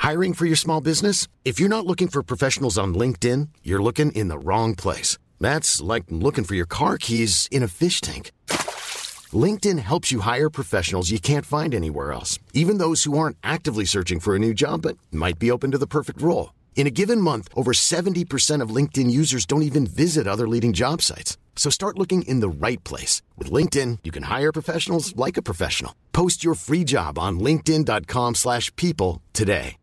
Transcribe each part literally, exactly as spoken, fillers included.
Hiring for your small business? If you're not looking for professionals on LinkedIn, you're looking in the wrong place. That's like looking for your car keys in a fish tank. LinkedIn helps you hire professionals you can't find anywhere else, even those who aren't actively searching for a new job but might be open to the perfect role. In a given month, over seventy percent of LinkedIn users don't even visit other leading job sites. So start looking in the right place. With LinkedIn, you can hire professionals like a professional. Post your free job on linkedin.com slash people today.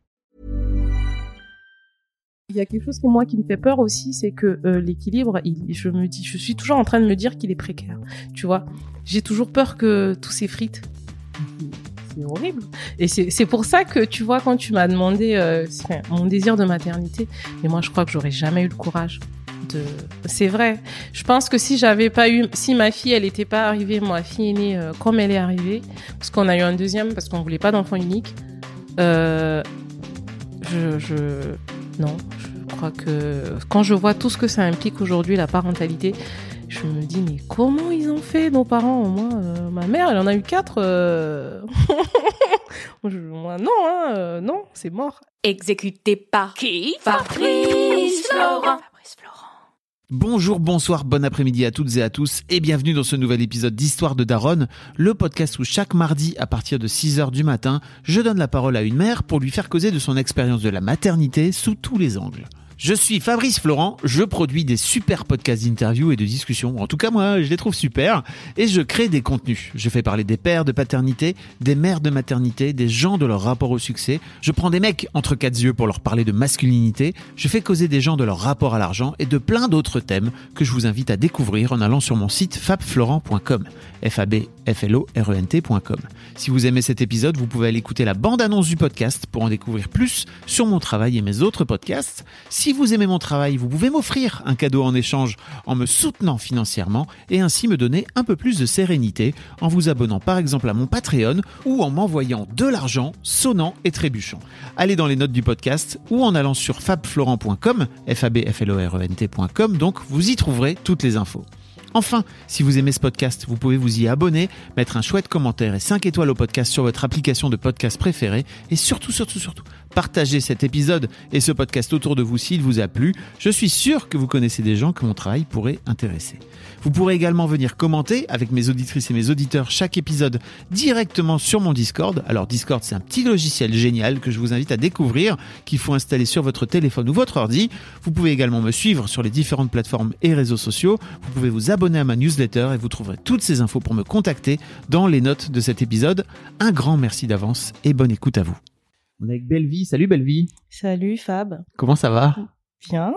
Il y a quelque chose que moi qui me fait peur aussi, c'est que euh, l'équilibre, il, je me dis, je suis toujours en train de me dire qu'il est précaire. Tu vois, j'ai toujours peur que tout s'effrite. C'est horrible. Et c'est, c'est pour ça que, tu vois, quand tu m'as demandé euh, mon désir de maternité, mais moi, je crois que j'aurais jamais eu le courage de... C'est vrai. Je pense que si j'avais pas eu... Si ma fille, elle était pas arrivée, ma fille est née euh, comme elle est arrivée, parce qu'on a eu un deuxième, parce qu'on voulait pas d'enfant unique, euh, je... je... Non, je crois que... Quand je vois tout ce que ça implique aujourd'hui, la parentalité... Je me dis, mais comment ils ont fait, nos parents? Moi, euh, ma mère, elle en a eu quatre. Euh... Moi, non, hein, euh, non, c'est mort. Exécuté par qui? Fabrice Florent. Fabrice Florent. Bonjour, bonsoir, bon après-midi à toutes et à tous et bienvenue dans ce nouvel épisode d'Histoire de Daronne, le podcast où chaque mardi à partir de six heures du matin, je donne la parole à une mère pour lui faire causer de son expérience de la maternité sous tous les angles. Je suis Fabrice Florent, je produis des super podcasts d'interviews et de discussions, en tout cas moi je les trouve super, et je crée des contenus. Je fais parler des pères de paternité, des mères de maternité, des gens de leur rapport au succès, je prends des mecs entre quatre yeux pour leur parler de masculinité, je fais causer des gens de leur rapport à l'argent et de plein d'autres thèmes que je vous invite à découvrir en allant sur mon site fabflorent point com, f a b f l o r e n t point com. Si vous aimez cet épisode, vous pouvez aller écouter la bande-annonce du podcast pour en découvrir plus sur mon travail et mes autres podcasts. Si vous aimez mon travail, vous pouvez m'offrir un cadeau en échange en me soutenant financièrement et ainsi me donner un peu plus de sérénité en vous abonnant par exemple à mon Patreon ou en m'envoyant de l'argent sonnant et trébuchant. Allez dans les notes du podcast ou en allant sur fabflorent point com, f a b f l o r e n t point com, donc vous y trouverez toutes les infos. Enfin, si vous aimez ce podcast, vous pouvez vous y abonner, mettre un chouette commentaire et cinq étoiles au podcast sur votre application de podcast préférée et surtout, surtout, surtout, partagez cet épisode et ce podcast autour de vous s'il vous a plu. Je suis sûr que vous connaissez des gens que mon travail pourrait intéresser. Vous pourrez également venir commenter avec mes auditrices et mes auditeurs chaque épisode directement sur mon Discord. Alors Discord, c'est un petit logiciel génial que je vous invite à découvrir, qu'il faut installer sur votre téléphone ou votre ordi. Vous pouvez également me suivre sur les différentes plateformes et réseaux sociaux. Vous pouvez vous abonner à ma newsletter et vous trouverez toutes ces infos pour me contacter dans les notes de cet épisode. Un grand merci d'avance et bonne écoute à vous. On est avec Bellevie. Salut Bellevie. Salut Fab. Comment ça va? Bien.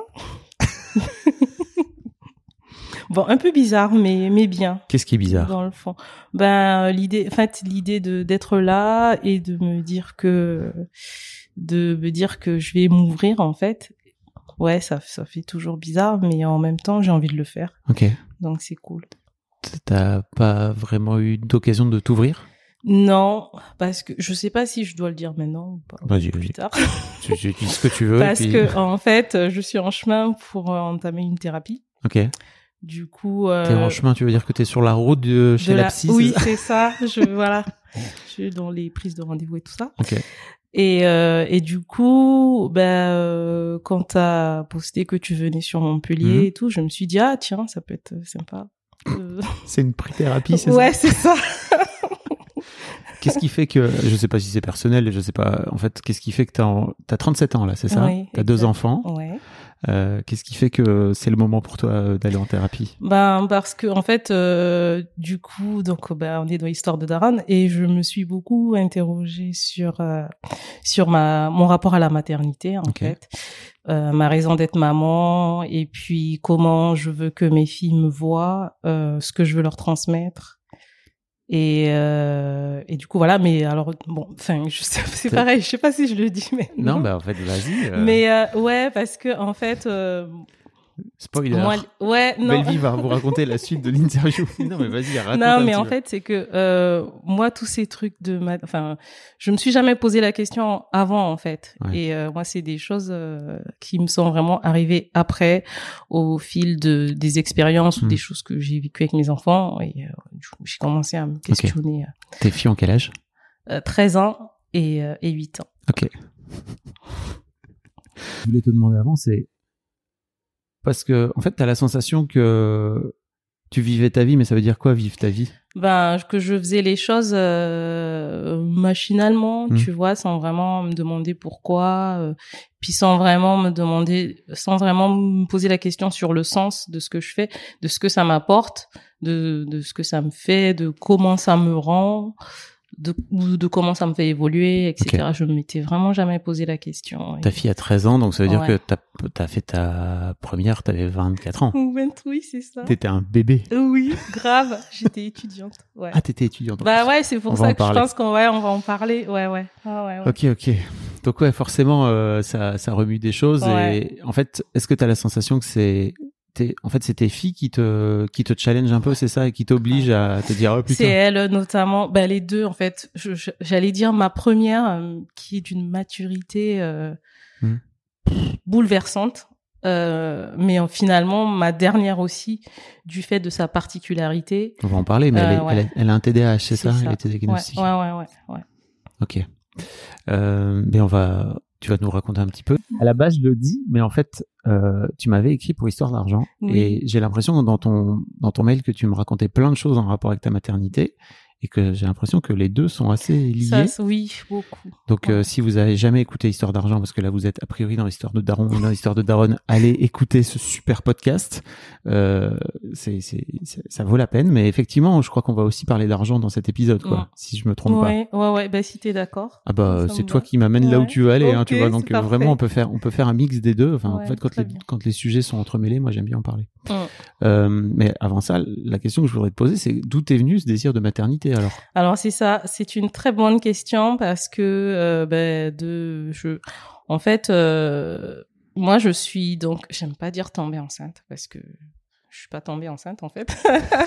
Bon, un peu bizarre, mais, mais bien. Qu'est-ce qui est bizarre? Dans le fond. Ben, l'idée, en fait, l'idée de, d'être là et de me dire que, de me dire que je vais m'ouvrir, en fait. Ouais, ça, ça fait toujours bizarre, mais en même temps, j'ai envie de le faire. Ok. Donc, c'est cool. T'as pas vraiment eu d'occasion de t'ouvrir? Non, parce que je sais pas si je dois le dire maintenant ou pas. Vas-y, plus vas-y. tard. Tu, tu dis ce que tu veux. Parce puis... que, en fait, je suis en chemin pour entamer une thérapie. Ok. Du coup, euh, t'es en chemin, tu veux dire que t'es sur la route de chez de la, la psy? Oui, c'est ça. Je voilà, je suis dans les prises de rendez-vous et tout ça. Ok. Et euh, et du coup, ben euh, quand t'as posté que tu venais sur Montpellier mmh. et tout, je me suis dit ah tiens, ça peut être sympa. Euh... C'est une pré-thérapie, c'est ouais, ça? Ouais, c'est ça. Qu'est-ce qui fait que, je sais pas si c'est personnel, je sais pas, en fait, qu'est-ce qui fait que t'as, en, t'as trente-sept ans là, c'est ça? Oui, t'as exact. Deux enfants. Ouais. Euh, qu'est-ce qui fait que c'est le moment pour toi d'aller en thérapie? Ben parce que en fait, euh, du coup, donc ben on est dans l'histoire de Daronne et je me suis beaucoup interrogée sur euh, sur ma mon rapport à la maternité en okay. fait, euh, ma raison d'être maman et puis comment je veux que mes filles me voient, euh, ce que je veux leur transmettre. Et euh, et du coup voilà, mais alors bon, enfin je sais, c'est pareil, je sais pas si je le dis, mais non, non bah en fait vas-y. Euh... Mais euh, ouais, parce que en fait. Euh, Spoiler. Moi, ouais, non. Bellevie va vous raconter la suite de l'interview. Non, mais vas-y, raconte. Non, mais en peu. fait, c'est que euh, moi, tous ces trucs de, ma... enfin, je me suis jamais posé la question avant, en fait. Ouais. Et euh, moi, c'est des choses euh, qui me sont vraiment arrivées après, au fil de des expériences mmh. ou des choses que j'ai vécues avec mes enfants. Et euh, j'ai commencé à me questionner. Okay. Tes filles ont quel âge? euh, treize ans et, euh, et huit ans. Ok. Je voulais te demander avant, c'est parce que en fait, t'as la sensation que tu vivais ta vie, mais ça veut dire quoi vivre ta vie? Ben, que je faisais les choses euh, machinalement, Mmh. tu vois, sans vraiment me demander pourquoi, euh, puis sans vraiment me demander, sans vraiment me poser la question sur le sens de ce que je fais, de ce que ça m'apporte, de, de ce que ça me fait, de comment ça me rend, de, ou de comment ça me fait évoluer, et cetera. Okay. Je m'étais vraiment jamais posé la question. Ta fille a treize ans, donc ça veut dire ouais. que t'as, t'as fait ta première, t'avais vingt-quatre ans. vingt-huit, c'est ça. T'étais un bébé. Oui, grave. J'étais étudiante. Ouais. Ah, t'étais étudiante. Bah ouais, c'est pour on ça que je pense qu'on ouais, on va en parler. Ouais, ouais. Ah, ouais, ouais. Ok, ok. Donc ouais, forcément, euh, ça, ça remue des choses. Ouais. Et en fait, est-ce que t'as la sensation que c'est T'es, en fait, c'est tes filles qui te, qui te challenge un peu, c'est ça, et qui t'obligent à te dire, oh putain. C'est elle, notamment, ben, les deux, en fait. Je, je, j'allais dire ma première, euh, qui est d'une maturité, euh, mmh. bouleversante. Euh, mais euh, finalement, ma dernière aussi, du fait de sa particularité. On va en parler, mais euh, elle, est, ouais. elle, a, elle a un T D A H, c'est, c'est ça, ça. Elle a été diagnostiquée. Ouais, ouais, ouais, ouais, ouais. Ok. Euh, mais on va, tu vas nous raconter un petit peu. À la base, je le dis, mais en fait, euh, tu m'avais écrit pour Histoire d'argent, oui. Et j'ai l'impression dans ton dans ton mail que tu me racontais plein de choses en rapport avec ta maternité, et que j'ai l'impression que les deux sont assez liés. Ça, oui, beaucoup. Donc, ouais. euh, si vous avez jamais écouté Histoire d'argent, parce que là vous êtes a priori dans l'histoire de Daron ou dans l'histoire de Daronne, allez écouter ce super podcast. Euh, c'est, c'est, c'est, ça vaut la peine. Mais effectivement, je crois qu'on va aussi parler d'argent dans cet épisode, quoi. Ouais. Si je me trompe ouais, pas. Ouais, ouais, bah si t'es d'accord. Ah bah c'est toi va. Qui m'amène ouais. là où tu veux aller, okay, hein, tu vois. Donc euh, vraiment, on peut faire, on peut faire un mix des deux. Enfin, ouais, en fait, quand les, quand les sujets sont entremêlés, moi j'aime bien en parler. Ouais. Euh, mais avant ça, la question que je voudrais te poser, c'est d'où t'es venu ce désir de maternité alors? Alors c'est ça, c'est une très bonne question parce que euh, ben de je en fait euh, moi je suis donc j'aime pas dire tomber enceinte parce que je suis pas tombée enceinte en fait.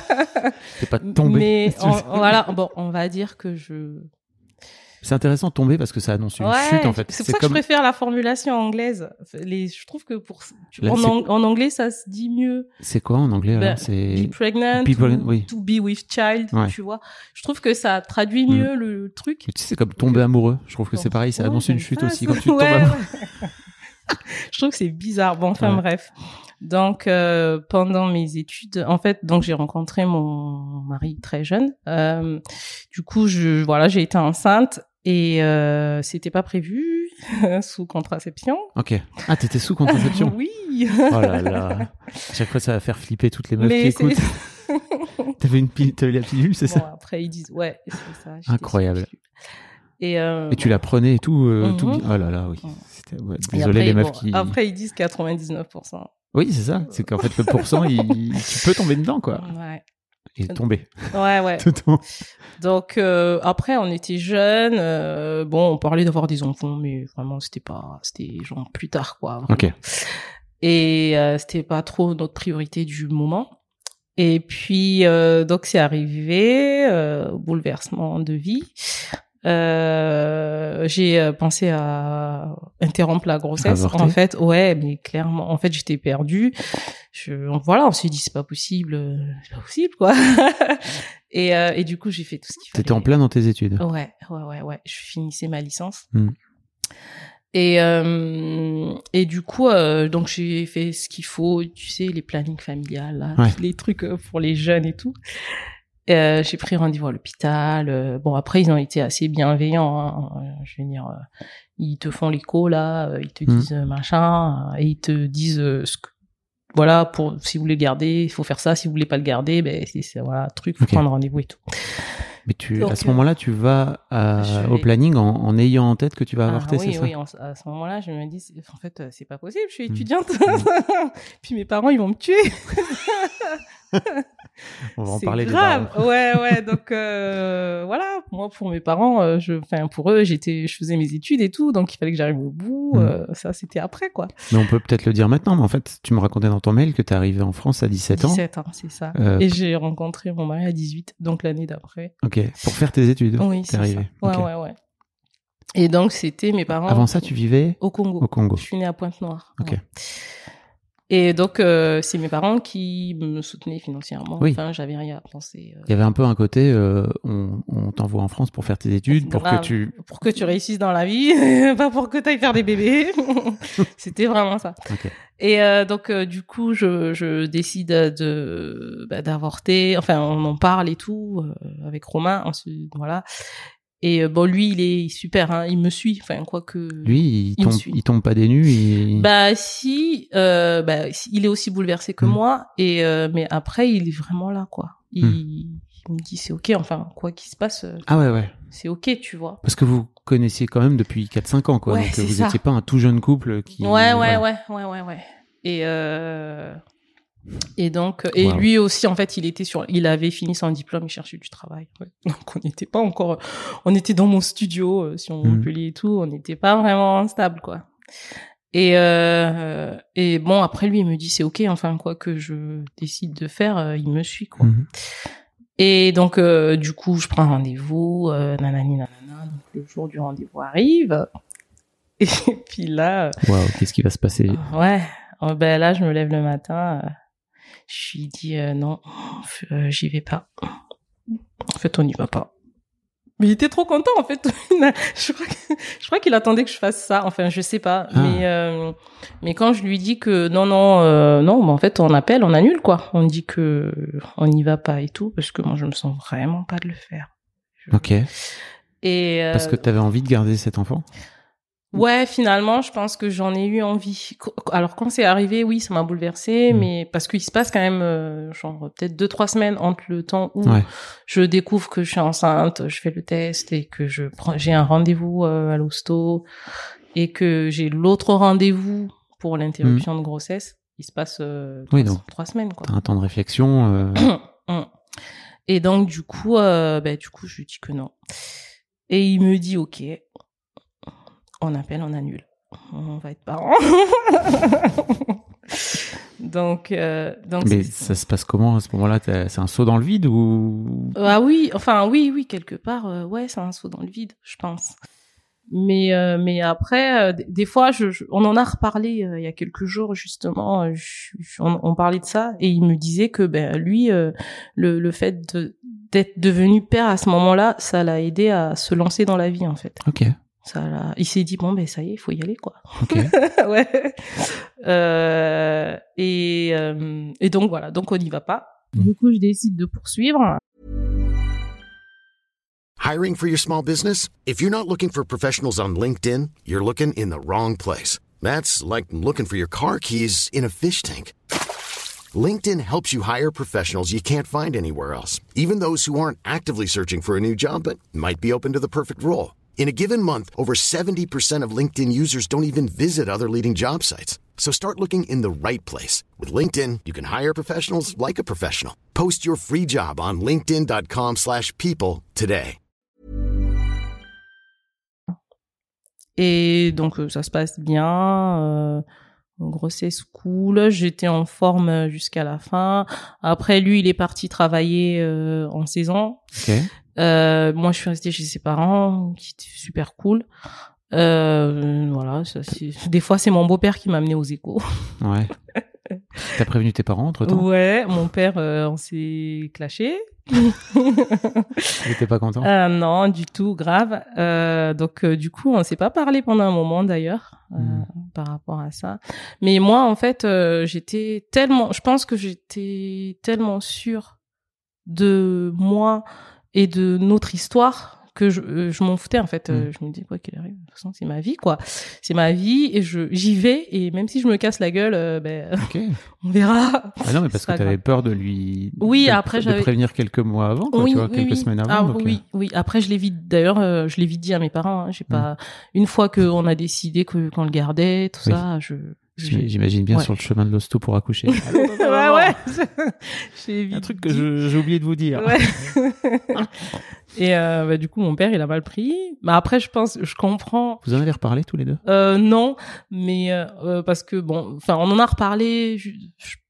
T'es pas tombée. Mais on, voilà, bon, on va dire que je C'est intéressant de tomber parce que ça annonce une ouais, chute en fait. C'est pour ça comme... que je préfère la formulation anglaise. Les, je trouve que pour Là, en, ang... en anglais ça se dit mieux. C'est quoi en anglais alors? Ben, c'est be pregnant, be pregnant to, oui. to be with child, ouais. Tu vois. Je trouve que ça traduit mieux mmh. le truc. Mais tu sais, c'est comme tomber amoureux. Je trouve que c'est pareil, ça ouais, annonce une chute ça, aussi ça... quand tu ouais, tombes amoureux. Ouais. Je trouve que c'est bizarre. Bon, enfin ouais. bref. Donc euh, pendant mes études, en fait, donc j'ai rencontré mon mari très jeune. Euh, du coup, je voilà, j'ai été enceinte. Et euh, c'était pas prévu sous contraception. Ok. Ah, t'étais sous contraception? Oui. Oh là là. À chaque fois, ça va faire flipper toutes les meufs Mais qui c'est... écoutent. T'avais une pile, t'avais la pilule, c'est bon, ça? Après, ils disent, ouais, c'est ça. Incroyable. Et, euh... et tu la prenais et tout, euh, mm-hmm. tout bien. Oh là là, oui. C'était... Ouais, désolé après, les meufs bon, qui. Après, ils disent quatre-vingt-dix-neuf pour cent. Oui, c'est ça. C'est qu'en fait, le pourcent, il... tu peux tomber dedans, quoi. Ouais. Et tomber. Ouais, ouais. Donc euh, après, on était jeunes. Euh, bon, on parlait d'avoir des enfants, mais vraiment, c'était pas, c'était genre plus tard, quoi. Vraiment. Ok. Et euh, c'était pas trop notre priorité du moment. Et puis euh, donc c'est arrivé, euh, bouleversement de vie. Euh, j'ai pensé à interrompre la grossesse. Avorter. En fait, ouais, mais clairement, en fait, j'étais perdue. Je, voilà, on s'est dit c'est pas possible, c'est pas possible, quoi. et, euh, et du coup, j'ai fait tout ce qu'il fallait. T'étais en plein dans tes études. Ouais, ouais, ouais, ouais. Je finissais ma licence. Mm. Et euh, et du coup, euh, donc j'ai fait ce qu'il faut, tu sais, les plannings familiales, là, ouais. les trucs pour les jeunes et tout. Euh, j'ai pris rendez-vous à l'hôpital. Euh, bon, après, ils ont été assez bienveillants. Hein. Euh, je veux dire, euh, ils te font l'écho, là, euh, ils te disent mmh. machin, euh, et ils te disent euh, ce que, voilà, pour si vous voulez le garder, il faut faire ça. Si vous voulez pas le garder, ben c'est, c'est voilà, truc, faut okay. prendre rendez-vous et tout. Mais tu, donc, à ce moment-là, tu vas à, vais... au planning en, en ayant en tête que tu vas ah, avorter, oui, c'est ça? Oui, oui. À ce moment-là, je me dis, c'est, en fait, c'est pas possible. Je suis étudiante. Mmh. Puis mes parents, ils vont me tuer. On va en c'est parler grave. Des ouais, ouais. Donc euh, voilà, moi pour mes parents, euh, je, enfin pour eux, j'étais, je faisais mes études et tout, donc il fallait que j'arrive au bout. Mmh. Euh, ça, c'était après, quoi. Mais on peut peut-être le dire maintenant. Mais en fait, tu me racontais dans ton mail que t'es arrivée en France à dix-sept ans. dix-sept ans, c'est ça. Euh, et j'ai rencontré mon mari à dix-huit, donc l'année d'après. Ok. Pour faire tes études. Oui, t'es c'est arrivée. ça. Ouais, okay. ouais, ouais. Et donc c'était mes parents. Avant ça, tu vivais au Congo. Au Congo. Je suis née à Pointe-Noire. Ok. Ouais. Et donc, euh, c'est mes parents qui me soutenaient financièrement. Oui. Enfin, j'avais rien à penser. Euh... Il y avait un peu un côté, euh, on, on t'envoie en France pour faire tes études, C'est pour grave. que tu... Pour que tu réussisses dans la vie, pas pour que tu ailles faire des bébés. C'était vraiment ça. Okay. Et euh, donc, euh, du coup, je, je décide de bah, d'avorter. Enfin, on en parle et tout, euh, avec Romain. Ensuite, voilà. Et euh, bon, lui, il est super, hein, il me suit. Enfin, quoi que. Lui, il, il tombe, il tombe pas des nues. Il... Bah si, euh, bah il est aussi bouleversé que mmh. moi. Et euh, mais après, il est vraiment là, quoi. Il, mmh. il me dit c'est ok. Enfin, quoi qu'il se passe. Ah ouais, ouais. C'est ok, tu vois. Parce que vous connaissiez quand même depuis quatre cinq ans, quoi. Ouais, donc c'est vous ça. étiez pas un tout jeune couple qui. Ouais, ouais, voilà. ouais, ouais, ouais, ouais. Et euh... Et donc, et wow. lui aussi, en fait, il était sur, il avait fini son diplôme, il cherchait du travail. Ouais. Donc, on n'était pas encore, on était dans mon studio, euh, sur Montpellier mmh. et tout, on n'était pas vraiment stable, quoi. Et, euh, et bon, après, lui, il me dit, c'est ok, enfin, quoi que je décide de faire, euh, il me suit, quoi. Mmh. Et donc, euh, du coup, je prends un rendez-vous, euh, nanani, nanana, donc le jour du rendez-vous arrive. Et puis là. Waouh, qu'est-ce qui va se passer? Euh, ouais. Oh, ben là, je me lève le matin, euh, je lui dis euh, non, euh, j'y vais pas. En fait, on n'y va pas. Mais il était trop content, en fait. je crois que, je crois qu'il attendait que je fasse ça. Enfin, je sais pas. Ah. Mais, euh, mais quand je lui dis que non, non, euh, non, bah, en fait, on appelle, on annule, quoi. On dit que on n'y va pas et tout, parce que moi, je me sens vraiment pas de le faire. Je... Ok. Et euh... parce que t'avais envie de garder cet enfant? Ouais, finalement, je pense que j'en ai eu envie. Alors, quand c'est arrivé, oui, ça m'a bouleversée, mmh. mais parce qu'il se passe quand même, euh, genre, peut-être deux, trois semaines entre le temps où ouais. je découvre que je suis enceinte, je fais le test et que je prends, j'ai un rendez-vous euh, à l'hosto et que j'ai l'autre rendez-vous pour l'interruption mmh. de grossesse. Il se passe euh, oui, trois, donc, trois semaines, quoi. T'as un temps de réflexion. Euh... et donc, du coup, euh, bah, du coup, je lui dis que non. Et il me dit, OK. On appelle, on annule. On va être parents. donc, euh, donc. Mais ça se passe comment à ce moment-là? C'est un saut dans le vide ou? Ah oui, enfin oui, oui, quelque part, euh, ouais, c'est un saut dans le vide, je pense. Mais, euh, mais après, euh, des fois, je, je, on en a reparlé euh, il y a quelques jours justement. Je, je, on, on parlait de ça et il me disait que ben lui, euh, le, le fait de, d'être devenu père à ce moment-là, ça l'a aidé à se lancer dans la vie en fait. Ok. Ça l'a... Il s'est dit bon ben ça y est, il faut y aller quoi. Okay. ouais. Euh, et euh, et donc voilà, donc on n'y va pas. Mmh. Du coup, je décide de poursuivre. Hiring for your small business? If you're not looking for professionals on LinkedIn, you're looking in the wrong place. That's like looking for your car keys in a fish tank. LinkedIn helps you hire professionals you can't find anywhere else, even those who aren't actively searching for a new job but might be open to the perfect role. In a given month, over seventy percent of LinkedIn users don't even visit other leading job sites. So start looking in the right place. With LinkedIn, you can hire professionals like a professional. Post your free job on linkedin dot com slash people today. Et donc, ça se passe bien. Euh, grossesse cool. J'étais en forme jusqu'à la fin. Après, lui, il est parti travailler euh, en saison. Ok. Euh, moi, je suis restée chez ses parents, qui était super cool. Euh, voilà, ça, c'est... des fois, c'est mon beau-père qui m'a amené aux échos. Ouais. T'as prévenu tes parents entre-temps? Ouais, mon père, euh, on s'est clashé. Il était pas content? Euh, non, du tout, grave. Euh, donc, euh, du coup, on s'est pas parlé pendant un moment, d'ailleurs, euh, mmh. par rapport à ça. Mais moi, en fait, euh, j'étais tellement... Je pense que j'étais tellement sûre de moi et de notre histoire que je, euh, je m'en foutais en fait. Mmh. Euh, je me dis quoi qu'il arrive, de toute façon c'est ma vie quoi. C'est ma vie et je j'y vais et même si je me casse la gueule, euh, ben okay. on verra. Ah non mais parce que t'avais grave. Peur de lui. Oui de, après de j'avais prévenir quelques mois avant, quoi, oui, tu vois, oui, quelques oui. semaines avant. Ah, donc, oui euh... oui. Après je l'ai vite. D'ailleurs euh, je l'ai vite dit à mes parents. Hein. J'ai mmh. pas une fois qu'on a décidé que qu'on le gardait tout oui. ça. Je J'imagine bien ouais. sur le chemin de l'hosto pour accoucher. ouais, ouais. J'ai un truc que je, j'ai oublié de vous dire. Ouais. Et euh, bah, du coup, mon père, il a mal pris. Mais après, je pense, je comprends. Vous en avez reparlé tous les deux? euh, Non, mais euh, parce que bon, enfin, on en a reparlé. Je, je,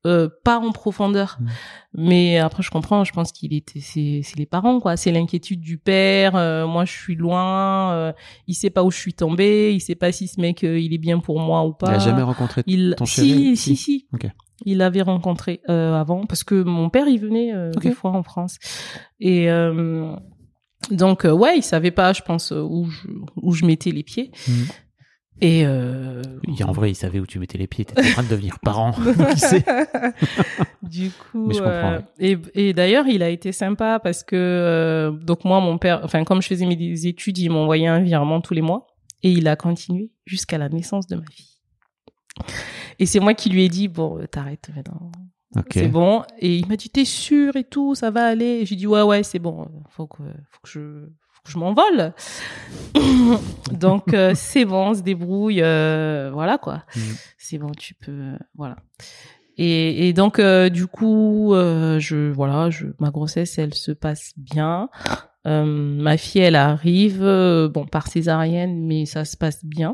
euh, pas en profondeur. Mmh. Mais après, je comprends. Je pense qu'il était, c'est, c'est les parents, quoi. C'est l'inquiétude du père. Euh, moi, je suis loin. Euh, il sait pas où je suis tombée. Il sait pas si ce mec, euh, il est bien pour moi ou pas. Il a jamais rencontré il... ton chéri? Si, si, si. si. Ok. Il l'avait rencontré euh, avant parce que mon père, il venait euh, okay. des fois en France. Et euh, donc, euh, ouais, il savait pas, je pense, où je, où je mettais les pieds. Mmh. Et euh... Et en vrai, il savait où tu mettais les pieds. T'étais en train de devenir parent. Qui sait? Du coup, mais je comprends. Euh... Et, et d'ailleurs, il a été sympa parce que euh... donc moi, mon père, enfin comme je faisais mes études, il m'envoyait un virement tous les mois et il a continué jusqu'à la naissance de ma fille. Et c'est moi qui lui ai dit bon, t'arrêtes maintenant. Okay. C'est bon. Et il m'a dit t'es sûr et tout, ça va aller. Et j'ai dit ouais ouais, c'est bon. Faut que faut que je je m'envole. Donc euh, c'est bon, on se débrouille, euh, voilà quoi. Mmh. C'est bon, tu peux, euh, voilà. Et, et donc euh, du coup, euh, je voilà, je ma grossesse, elle se passe bien. Euh, ma fille, elle arrive, euh, bon par césarienne, mais ça se passe bien.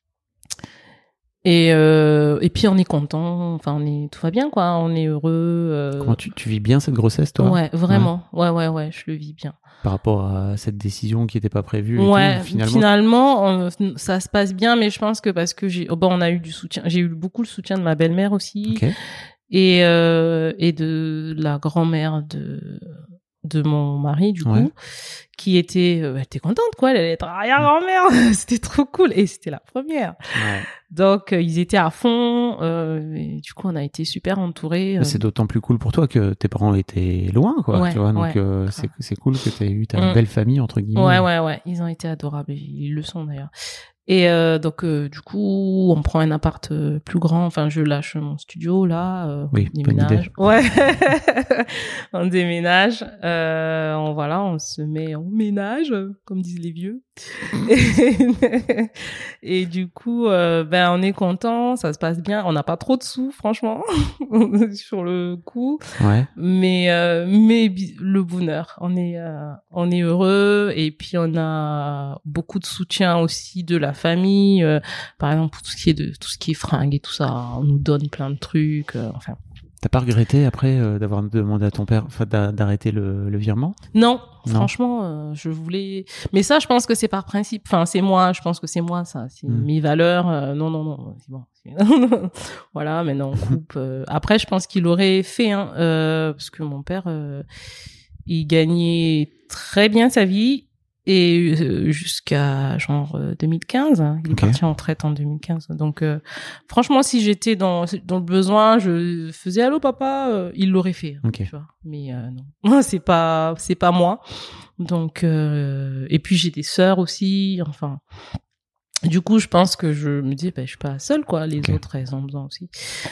Et euh, et puis on est content, enfin on est tout va bien quoi, on est heureux. Euh... Comment tu tu vis bien cette grossesse toi? Ouais, vraiment. Ouais ouais ouais, je le vis bien. Par rapport à cette décision qui n'était pas prévue. Ouais, et tout, finalement, finalement on, ça se passe bien, mais je pense que parce que j'ai bon on a eu du soutien, j'ai eu beaucoup le soutien de ma belle-mère aussi. Okay. Et euh, et de la grand-mère de de mon mari du coup ouais. qui était euh, elle était contente quoi, elle allait être arrière-grand-mère. C'était trop cool et c'était la première. Ouais. Donc euh, ils étaient à fond euh, et du coup on a été super entourés. Euh... C'est d'autant plus cool pour toi que tes parents étaient loin quoi, ouais, tu vois. Donc ouais, euh, c'est c'est cool que tu aies eu ta mmh. belle famille entre guillemets. Ouais ouais ouais, ils ont été adorables, ils le sont d'ailleurs. Et euh, donc euh, du coup, on prend un appart euh, plus grand. Enfin, je lâche mon studio là. Euh, oui, on bonne déménage. idée. Ouais, on déménage. Euh, on voilà, on se met en ménage, comme disent les vieux. et, et du coup, euh, ben on est content, ça se passe bien. On n'a pas trop de sous, franchement, sur le coup. Ouais. Mais euh, mais le bonheur, on est euh, on est heureux et puis on a beaucoup de soutien aussi de la famille, euh, par exemple pour tout ce qui est de tout ce qui est fringues et tout ça, on nous donne plein de trucs, euh, enfin. T'as pas regretté après euh, d'avoir demandé à ton père enfin, d'arrêter le, le virement? Non, non. Franchement, euh, je voulais. Mais ça, je pense que c'est par principe. Enfin, c'est moi. Je pense que c'est moi, ça. C'est mmh. mes valeurs. Euh, non, non, non. C'est bon. C'est... voilà. Maintenant, on coupe. Euh... Après, je pense qu'il aurait fait, hein, euh, parce que mon père, euh, il gagnait très bien sa vie. Et euh, jusqu'à genre euh, deux mille quinze, hein. Il est okay. parti en retraite en deux mille quinze. Donc euh, franchement, si j'étais dans dans le besoin, je faisais allô papa, euh, il l'aurait fait, okay. tu vois. Mais euh, non, c'est pas c'est pas moi. Donc euh, et puis j'ai des sœurs aussi, enfin. Du coup, je pense que je me dis ben je suis pas seule quoi, les okay. autres elles ont besoin aussi.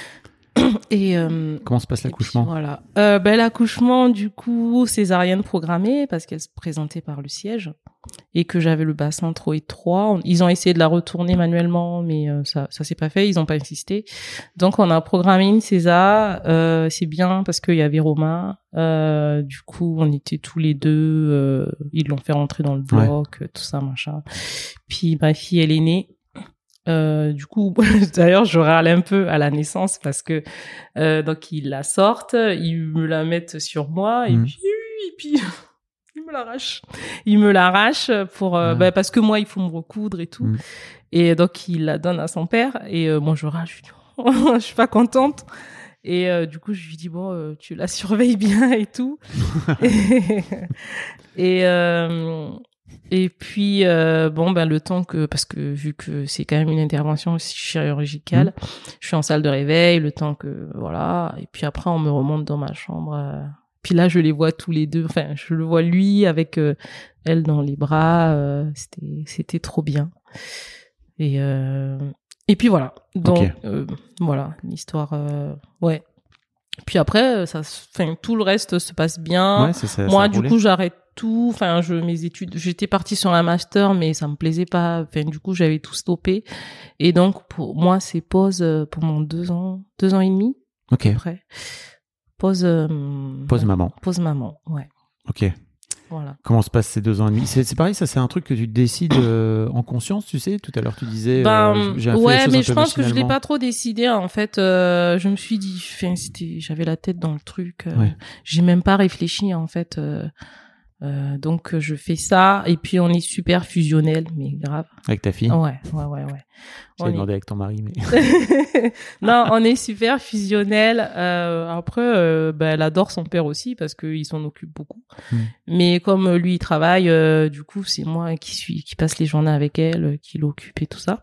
Et euh, comment se passe l'accouchement? Puis, voilà. Euh, ben l'accouchement du coup césarienne programmée parce qu'elle se présentait par le siège et que j'avais le bassin trop étroit. Ils ont essayé de la retourner manuellement, mais euh, ça ça s'est pas fait. Ils ont pas insisté. Donc on a programmé une césar. Euh, c'est bien parce qu'il y avait Romain. Euh, du coup on était tous les deux. Euh, ils l'ont fait rentrer dans le bloc, ouais. tout ça machin. Puis ma fille elle est née. Euh, du coup, d'ailleurs, je râle un peu à la naissance parce que euh, donc ils la sortent, ils me la mettent sur moi et mmh. puis et puis ils me l'arrachent. Ils me l'arrachent pour euh, ouais. bah, parce que moi il faut me recoudre et tout. Mmh. Et donc il la donne à son père et euh, moi je râle, je lui dis oh, je suis pas contente. Et euh, du coup je lui dis bon euh, tu la surveilles bien et tout. et et euh, Et puis euh, bon ben le temps que parce que vu que c'est quand même une intervention aussi chirurgicale, mmh. je suis en salle de réveil, le temps que voilà et puis après on me remonte dans ma chambre. Euh, puis là je les vois tous les deux, enfin je le vois lui avec euh, elle dans les bras, euh, c'était c'était trop bien. Et euh, et puis voilà. Donc okay. euh, voilà, l'histoire euh, ouais. Puis après ça enfin tout le reste se passe bien. Ouais, c'est ça, moi ça du coup j'arrête tout, enfin je mes études, j'étais partie sur un master mais ça me plaisait pas, enfin du coup j'avais tout stoppé et donc pour moi c'est pause pendant deux ans, deux ans et demi. Ok. Après pause. Euh, pause maman. Pause maman, ouais. Ok. Voilà. Comment se passent ces deux ans et demi? C'est, c'est pareil, ça, c'est un truc que tu décides euh, en conscience, tu sais. Tout à l'heure, tu disais. Ben, euh, j'ai fait les ouais, choses mais un je peu pense que je l'ai machinalement. pas trop décidé. En fait, euh, je me suis dit, enfin, c'était, j'avais la tête dans le truc. Euh, Ouais. J'ai même pas réfléchi en fait. Euh, euh, donc je fais ça et puis on est super fusionnel, mais grave. Avec ta fille. Ouais, ouais, ouais, ouais. J'avais On demandé avec ton mari, mais. est... non, on est super fusionnel. Euh, après, euh, ben, elle adore son père aussi parce qu'il s'en occupe beaucoup. Mm. Mais comme lui il travaille, euh, du coup c'est moi qui suis, qui passe les journées avec elle, qui l'occupe et tout ça.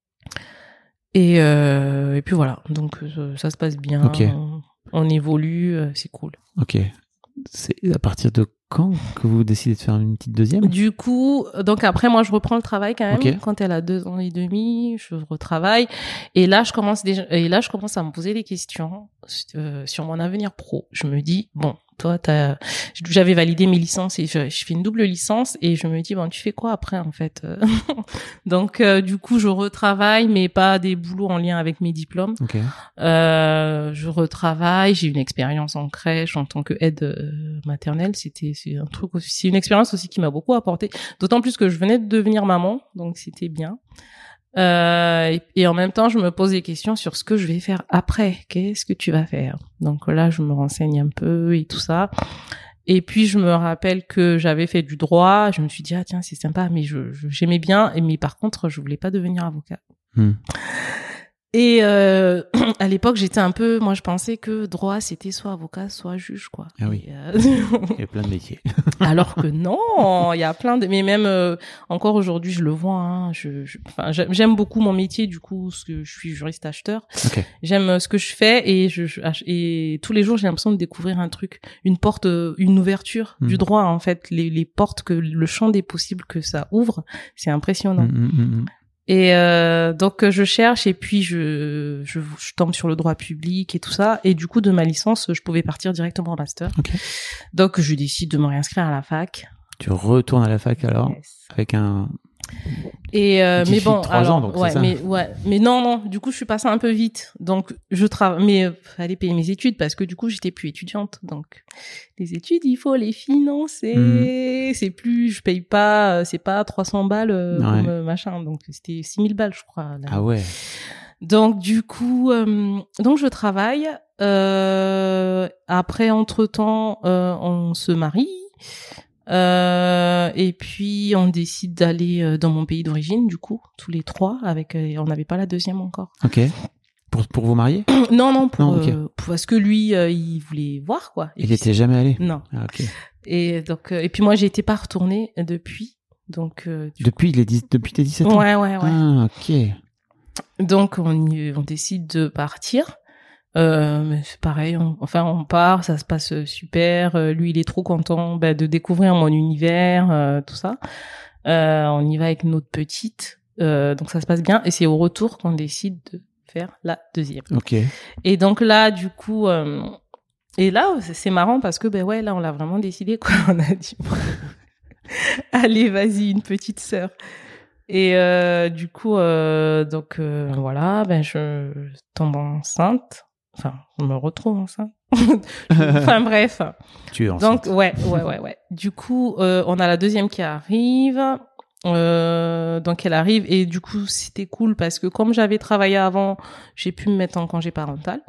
Et, euh, et puis voilà, donc euh, ça se passe bien, Ok. on, on évolue, euh, c'est cool. Ok. C'est à partir de quand que vous décidez de faire une petite deuxième? Du coup, donc après moi je reprends le travail quand même. Ok. Quand elle a deux ans et demi, je retravaille et là je commence déjà, et là je commence à me poser des questions euh, sur mon avenir pro. Je me dis bon, toi t'as, j'avais validé mes licences et je, je fais une double licence et je me dis bon tu fais quoi après en fait. Donc euh, du coup je retravaille mais pas des boulots en lien avec mes diplômes. Ok. Euh, je retravaille, j'ai une expérience en crèche en tant que aide euh, maternelle, c'était c'est un truc aussi, c'est une expérience aussi qui m'a beaucoup apporté, d'autant plus que je venais de devenir maman, donc c'était bien. Euh, et, et en même temps, je me pose des questions sur ce que je vais faire après. Qu'est-ce que tu vas faire? Donc là, je me renseigne un peu et tout ça. Et puis je me rappelle que j'avais fait du droit. Je me suis dit ah tiens c'est sympa, mais je, je j'aimais bien. Et mais par contre, je voulais pas devenir avocat. Hmm. Et euh, à l'époque, j'étais un peu, moi, je pensais que droit, c'était soit avocat, soit juge, quoi. Ah oui. Et, euh... Il y a plein de métiers. Alors que non, il y a plein de, mais même euh, encore aujourd'hui, je le vois. Hein, je, je... Enfin, j'aime beaucoup mon métier, du coup, parce que je suis juriste acheteur. Ok. J'aime ce que je fais et je, je et tous les jours, j'ai l'impression de découvrir un truc, une porte, une ouverture Mm. du droit. En fait, les, les portes que le champ des possibles que ça ouvre, c'est impressionnant. Mm, mm, mm. Et euh, donc je cherche et puis je, je je tombe sur le droit public et tout ça et du coup de ma licence je pouvais partir directement en master. Ok. Donc je décide de me réinscrire à la fac. Tu retournes à la fac alors Yes. avec un. Et euh, Petite mais fille de bon trois alors ans, donc c'est ouais ça. mais ouais mais non non du coup je suis passée un peu vite donc je travaille mais euh, fallait payer mes études parce que du coup j'étais plus étudiante donc les études il faut les financer Mm. c'est plus je paye pas c'est pas trois cents balles euh, Ouais. comme euh, machin donc c'était six mille balles je crois là. Ah ouais. Donc du coup, euh, donc je travaille. Euh, après, entre temps, euh, on se marie. Euh, et puis on décide d'aller euh, dans mon pays d'origine. Du coup, tous les trois, avec, euh, on n'avait pas la deuxième encore. Ok. Pour pour vous marier? non, non, pour, Non, ok. euh, pour- parce que lui, euh, il voulait voir quoi. Et Il puis, était jamais allé. non. Ah, ok. Et donc, euh, et puis moi, j'ai été pas retournée depuis. Donc euh, du Depuis il est dix... depuis tes dix-sept coup, ans. ouais, ouais, ouais. Ah ok. Donc on, y- on décide de partir. Euh, mais c'est pareil, on, enfin on part, ça se passe super. Euh, lui il est trop content bah, de découvrir mon univers, euh, tout ça. Euh, on y va avec notre petite, euh, donc ça se passe bien. Et c'est au retour qu'on décide de faire la deuxième. Ok. Et donc là du coup, euh, et là c'est c'est marrant parce que ben ouais là on l'a vraiment décidé quoi. On a dit allez vas-y une petite sœur. Et euh, du coup, euh, donc euh, voilà, ben je tombe enceinte. Enfin, je me retrouve enceinte. Enfin bref. Tu es enceinte. Donc ouais, ouais, ouais, ouais. Du coup, euh, on a la deuxième qui arrive. Euh, donc elle arrive et du coup c'était cool parce que comme j'avais travaillé avant, j'ai pu me mettre en congé parental.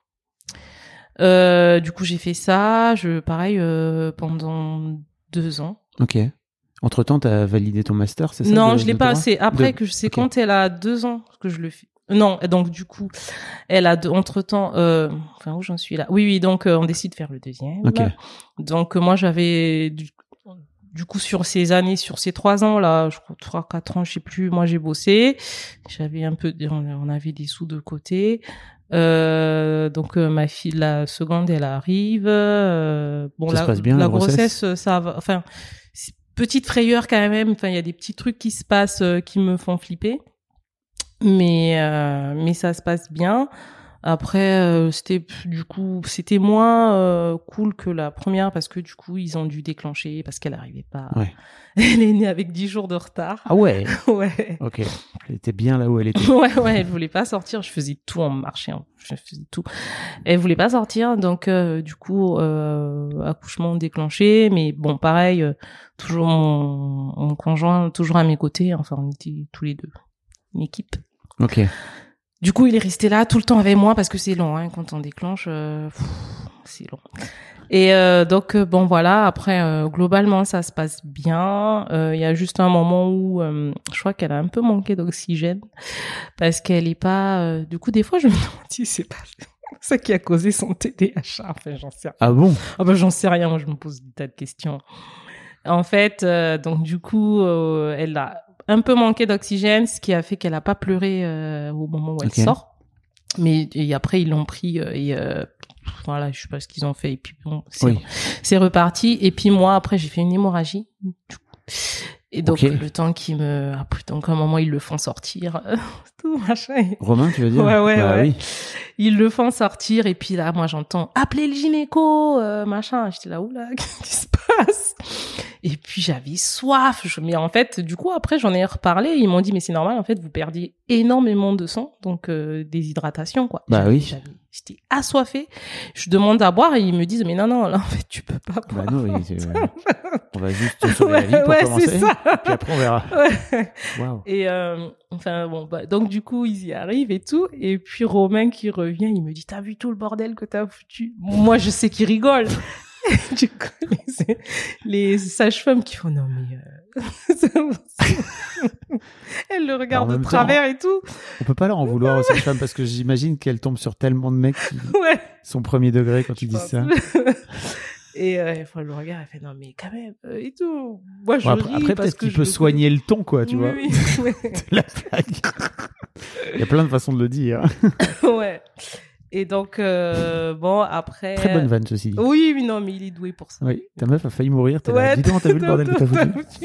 Euh, du coup j'ai fait ça. Je pareil euh, pendant deux ans. Ok. Entre temps, t'as validé ton master, c'est ça? Non, de- je l'ai de pas. droit C'est après De- que je sais ok. quand elle a deux ans que je le fais. Non, donc du coup, elle a entre temps. Euh, enfin où j'en suis là. Oui, oui. Donc euh, on décide de faire le deuxième. Ok. Donc euh, moi j'avais du, du coup sur ces années, sur ces trois ans là, je crois trois, quatre ans, je sais plus. Moi j'ai bossé. J'avais un peu, on on avait des sous de côté. Euh, donc euh, ma fille, la seconde, elle arrive. Euh, bon, Ça la, se passe bien, la la grossesse grossesse, ça va. Enfin, c'est petite frayeur quand même. Enfin, il y a des petits trucs qui se passent euh, qui me font flipper, mais euh, mais ça se passe bien. Après, euh, c'était du coup, c'était moins euh, cool que la première parce que du coup, ils ont dû déclencher parce qu'elle arrivait pas. Ouais. Elle est née avec dix jours de retard. Ah ouais. Ouais. Ok. Elle était bien là où elle était. Ouais, ouais, elle voulait pas sortir. Je faisais tout en marchant. Je faisais tout. Elle voulait pas sortir, donc euh, du coup, euh, accouchement déclenché. Mais bon, pareil, euh, toujours mon, mon conjoint, toujours à mes côtés. Enfin, on était tous les deux une équipe. Ok. Du coup, il est resté là tout le temps avec moi parce que c'est long, hein, quand on déclenche, euh, pff, c'est long. Et euh, donc euh, bon voilà. Après, euh, globalement, ça se passe bien. Il euh, y a juste un moment où euh, je crois qu'elle a un peu manqué d'oxygène parce qu'elle est pas. Euh, du coup, des fois, je me demande si c'est pas ça qui a causé son T D A H. Enfin, j'en sais rien. Ah bon? Ah ben, j'en sais rien. Moi, je me pose des tas de questions. En fait, euh, donc du coup, euh, elle a un peu manqué d'oxygène, ce qui a fait qu'elle a pas pleuré euh, au moment où elle Okay. sort. Mais et après ils l'ont pris euh, et euh, voilà, je sais pas ce qu'ils ont fait et puis bon, c'est Oui. c'est reparti. Et puis moi après j'ai fait une hémorragie. Et donc Ok. le temps qu'ils me ah, donc à un moment ils le font sortir tout machin. Romain, tu veux dire? Ouais, ouais, bah, ouais. Oui. Ils le font sortir et puis là moi j'entends appeler le gynéco euh, machin. J'étais là oula, qu'est-ce qui se passe? Et puis j'avais soif. Je... Mais en fait, du coup, après, j'en ai reparlé. Ils m'ont dit, mais c'est normal, en fait, vous perdiez énormément de sang, donc euh, déshydratation, quoi. Bah j'avais, oui. J'avais... J'étais assoiffée. Je demande à boire et ils me disent, mais non, non, là, en fait, tu peux pas boire. Bah non, oui, c'est- on va juste te sauver la vie pour ouais, commencer. c'est ça. Puis après, on verra. Ouais. Waouh. Et euh, enfin bon, bah, donc du coup ils y arrivent et tout. Et puis Romain qui revient, il me dit, t'as vu tout le bordel que t'as foutu? Moi, je sais qu'il rigole. Du coup, les, les sages-femmes qui font non mais euh... elle le regarde de travers et tout. On peut pas leur en vouloir aux sages-femmes parce que j'imagine qu'elles tombent sur tellement de mecs qui Ouais. sont premier degré quand ils disent ça. Et euh, enfin, elle le regarde, elle fait non mais quand même euh, et tout. Moi je Bon, après, ris après parce peut-être que qu'il je peut le soigner le ton, quoi, tu connais. vois. Oui, oui, ouais. La blague. Il y a plein de façons de le dire. Ouais. Et donc, euh, bon, après... Très bonne vanne, ceci dit. Oui, oui, non, mais il est doué pour ça. Oui, ta meuf a failli mourir. T'es Ouais, là. Dis donc, t'as vu le bordel que t'as foutu?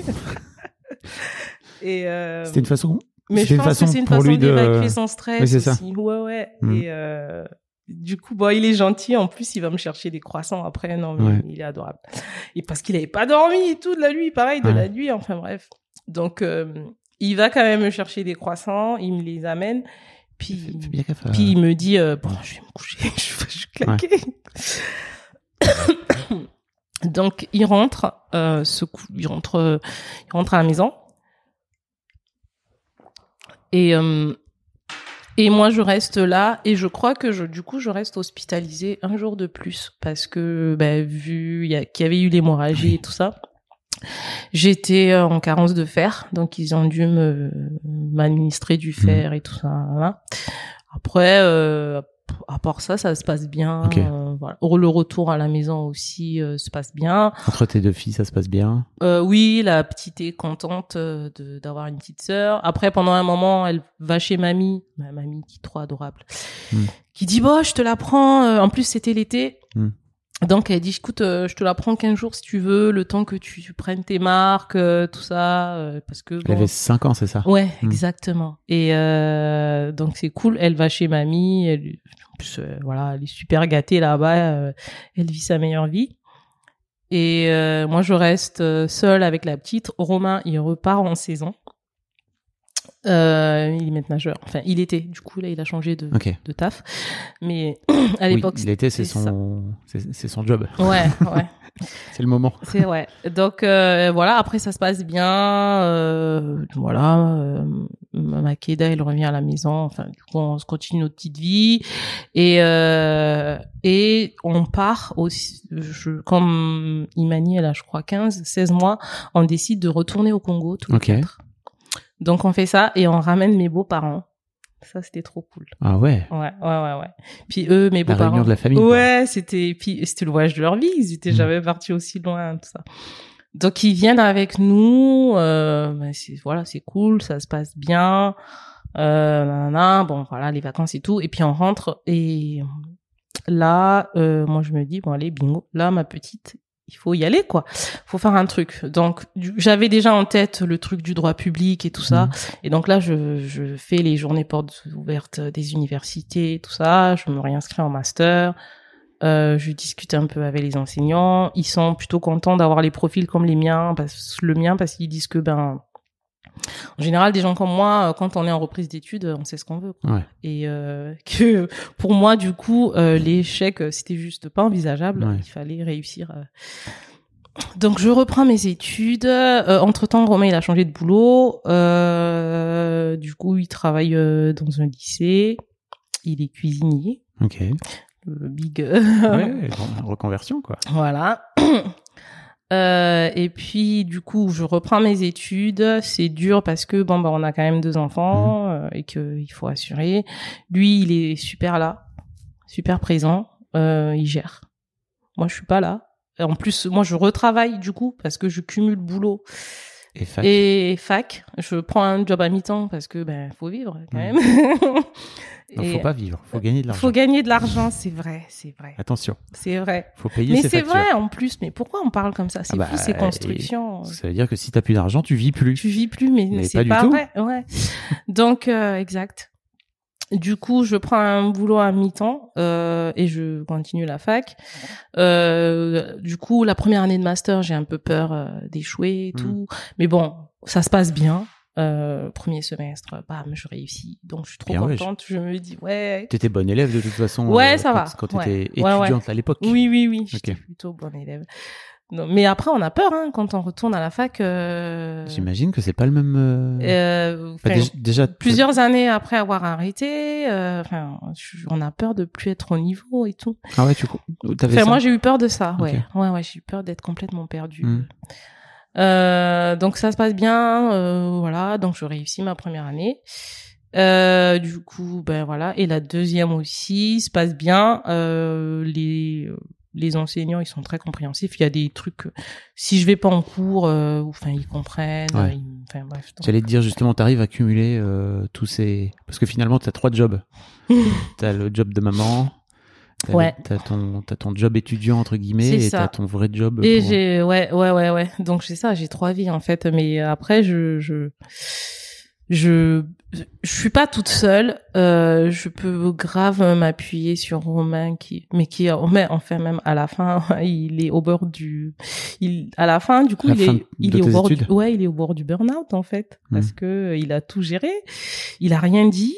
Et euh... C'était une façon. Mais C'était je pense que c'est une pour façon lui de d'évacuer son stress Oui, c'est ça. aussi. Ouais, ouais. Mm. Et euh... du coup, bon, il est gentil. En plus, il va me chercher des croissants après. Non, mais Ouais. il est adorable. Et parce qu'il avait pas dormi et tout de la nuit, pareil, de Ouais. la nuit. Enfin, bref. Donc, euh, il va quand même me chercher des croissants. Il me les amène. Puis, Fais, fais bien gaffe. à- puis il me dit, euh, bon, je vais me coucher, je vais je vais claquer. Donc il rentre, euh, ce coup, il rentre, euh, il rentre à la maison. Et euh, et moi je reste là et je crois que je, du coup je reste hospitalisée un jour de plus parce que bah, vu il y a, qu'il y avait eu l'hémorragie et tout ça. J'étais en carence de fer, donc ils ont dû me m'administrer du fer et tout ça. Voilà. Après, euh, à part ça, ça se passe bien. Ok. Euh, voilà. Le retour à la maison aussi euh, se passe bien. Entre tes deux filles, ça se passe bien. Euh, oui, la petite est contente euh, de d'avoir une petite sœur. Après, pendant un moment, elle va chez mamie, ma mamie qui est trop adorable, Mm. qui dit bon, je te la prends. Euh, En plus, c'était l'été. Mm. Donc elle dit écoute euh, je te la prends quinze jours si tu veux, le temps que tu, tu prennes tes marques, euh, tout ça euh, parce que Elle bon... avait cinq ans, c'est ça? Ouais, Mm. exactement. Et euh, donc c'est cool, elle va chez mamie, elle, en plus euh, voilà, elle est super gâtée là-bas, euh, elle vit sa meilleure vie. Et euh, moi je reste euh, seule avec la petite. Romain, il repart en saison. Euh, il est maître nageur. Enfin, il était. Du coup, là, il a changé de, Ok. de taf. Mais à Oui, l'époque, il était, c'est c'était ça. son, c'est, c'est son job. Ouais, ouais. C'est le moment. C'est ouais. Donc euh, voilà, après ça se passe bien. Euh, voilà, euh, Makeda, elle revient à la maison. Enfin, du coup, on se continue notre petite vie et euh, et on part aussi. Je, comme Imani, elle a, je crois, quinze, seize mois, on décide de retourner au Congo tous les Ok. quatre. Donc on fait ça et on ramène mes beaux-parents. Ça, c'était trop cool. Ah ouais. Ouais, ouais, ouais, ouais. Puis eux, mes La beaux-parents. réunion de la famille. quoi. Ouais, c'était, puis c'était le voyage de leur vie. Ils étaient Mm. jamais partis aussi loin, tout ça. Donc, ils viennent avec nous. Euh, ben, c'est, voilà, c'est cool, ça se passe bien. Euh, nanana, bon, voilà, les vacances et tout. Et puis, on rentre et là, euh, moi, je me dis, bon, allez, bingo. Là, ma petite, il faut y aller, quoi. Faut faire un truc. Donc, du, j'avais déjà en tête le truc du droit public et tout ça. Mmh. Et donc là, je, je fais les journées portes ouvertes des universités, tout ça. Je me réinscris en master. Euh, je discute un peu avec les enseignants. Ils sont plutôt contents d'avoir les profils comme les miens, parce, le mien, parce qu'ils disent que, ben, en général, des gens comme moi, quand on est en reprise d'études, on sait ce qu'on veut. Quoi. Ouais. Et euh, que pour moi, du coup, euh, l'échec, c'était juste pas envisageable. Ouais. Il fallait réussir. Euh. Donc, je reprends mes études. Euh, entre-temps, Romain, il a changé de boulot. Euh, du coup, il travaille euh, dans un lycée. Il est cuisinier. Ok. Le big... ouais, reconversion, quoi. Voilà. Euh, et puis du coup je reprends mes études, c'est dur parce que bon bah on a quand même deux enfants mmh. euh, et que il faut assurer. Lui il est super là, super présent, euh, il gère. Moi je suis pas là. En plus moi je retravaille du coup parce que je cumule boulot et fac. Et fac. Je prends un job à mi-temps parce que ben faut vivre quand mmh. même. Non, faut pas vivre, faut gagner de l'argent. Faut gagner de l'argent, c'est vrai, c'est vrai. Attention. C'est vrai. Faut payer mais ses c'est factures. vrai en plus, mais pourquoi on parle comme ça? C'est ah bah, fou ces constructions. Ça veut dire que si t'as plus d'argent, tu vis plus. Tu vis plus, mais, mais c'est pas, pas du vrai. Tout. Ouais. Donc euh, exact. Du coup, je prends un boulot à mi-temps euh, et je continue la fac. Euh, du coup, la première année de master, j'ai un peu peur euh, d'échouer et mmh. tout. Mais bon, ça se passe bien. Euh, premier semestre, bam, je réussis. Donc, je suis trop bien, contente. Ouais, je... je me dis, ouais. T'étais bonne élève de toute façon. Ouais, euh, ça quand, va. Quand ouais. t'étais ouais, étudiante ouais. à l'époque. Oui, oui, oui. J'étais okay. plutôt bonne élève. Non, mais après, on a peur, hein, quand on retourne à la fac. Euh... J'imagine que c'est pas le même. Euh... Euh, enfin, déjà, déjà, plusieurs années après avoir arrêté, euh, enfin, on a peur de plus être au niveau et tout. Ah ouais, tu t'avais enfin, ça moi, j'ai eu peur de ça. Ouais, okay. ouais, ouais, j'ai eu peur d'être complètement perdue. Mm. Euh, donc ça se passe bien, euh, voilà. Donc je réussis ma première année. Euh, du coup, ben voilà. Et la deuxième aussi se passe bien. Euh, les les enseignants, ils sont très compréhensifs. Il y a des trucs, si je vais pas en cours, euh, enfin ils comprennent. Ouais. Ils, enfin bref. Donc... J'allais te dire justement, t'arrives à cumuler euh, tous ces, parce que finalement t'as trois jobs. T'as le job de maman. T'as, ouais. T'as ton, t'as ton job étudiant entre guillemets c'est et ça. T'as ton vrai job. Et pour... j'ai, ouais, ouais, ouais, ouais. Donc j'ai ça, j'ai trois vies en fait. Mais après, je, je, je, je suis pas toute seule. Euh, je peux grave m'appuyer sur Romain qui, mais qui, mais enfin même à la fin, il est au bord du, il, à la fin, du coup, il est, il est au bord du, ouais, il est au bord du burn-out en fait, mmh. parce que il a tout géré, il a rien dit.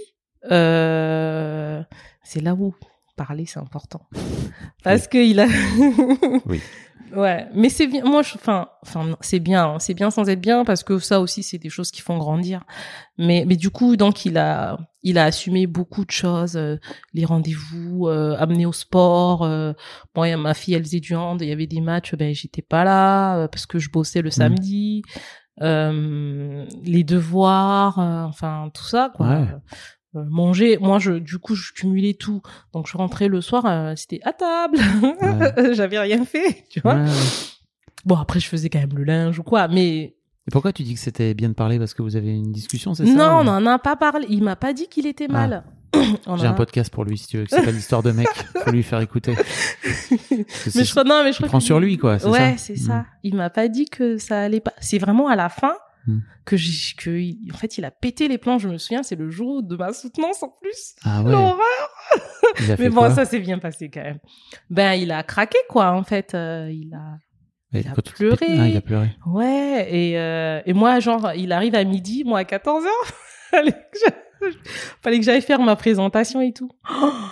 Euh, c'est là où parler, c'est important. Parce oui. que il a... oui. Ouais, mais c'est bien. Moi, je, enfin, enfin, c'est bien. C'est bien sans être bien parce que ça aussi, c'est des choses qui font grandir. Mais, mais du coup, donc, il a, il a assumé beaucoup de choses, euh, les rendez-vous, euh, amener au sport. Euh, bon, il y a ma fille, elle faisait du hand, il y avait des matchs, ben, j'étais pas là euh, parce que je bossais le samedi. Mmh. Euh, les devoirs, euh, enfin, tout ça, quoi. Ouais. Euh, manger, moi je du coup je cumulais tout, donc je rentrais le soir, euh, c'était à table. Ouais. J'avais rien fait, tu vois. Ouais, ouais. Bon après je faisais quand même le linge ou quoi, mais et pourquoi tu dis que c'était bien de parler? Parce que vous avez une discussion, c'est ça? Non, ou... on n'en a pas parlé, il m'a pas dit qu'il était ah. mal. J'ai un a... podcast pour lui si tu veux, qui s'appelle l'histoire de mec. Faut lui faire écouter. Mais je crois non, mais je crois prend sur lui quoi. C'est ouais, ça c'est mmh. ça. Il m'a pas dit que ça allait pas. C'est vraiment à la fin. Mmh. que j'ai que en fait il a pété les plombs, je me souviens, c'est le jour de ma soutenance en plus. Ah ouais. L'horreur. Mais bon, ça s'est bien passé quand même. Ben il a craqué quoi en fait, euh, il a il a pleuré. Pété... Ah, il a pleuré. Ouais, et euh, et moi genre il arrive à midi, moi à quatorze heures. Fallait que j'aille... Fallait que j'aille faire ma présentation et tout.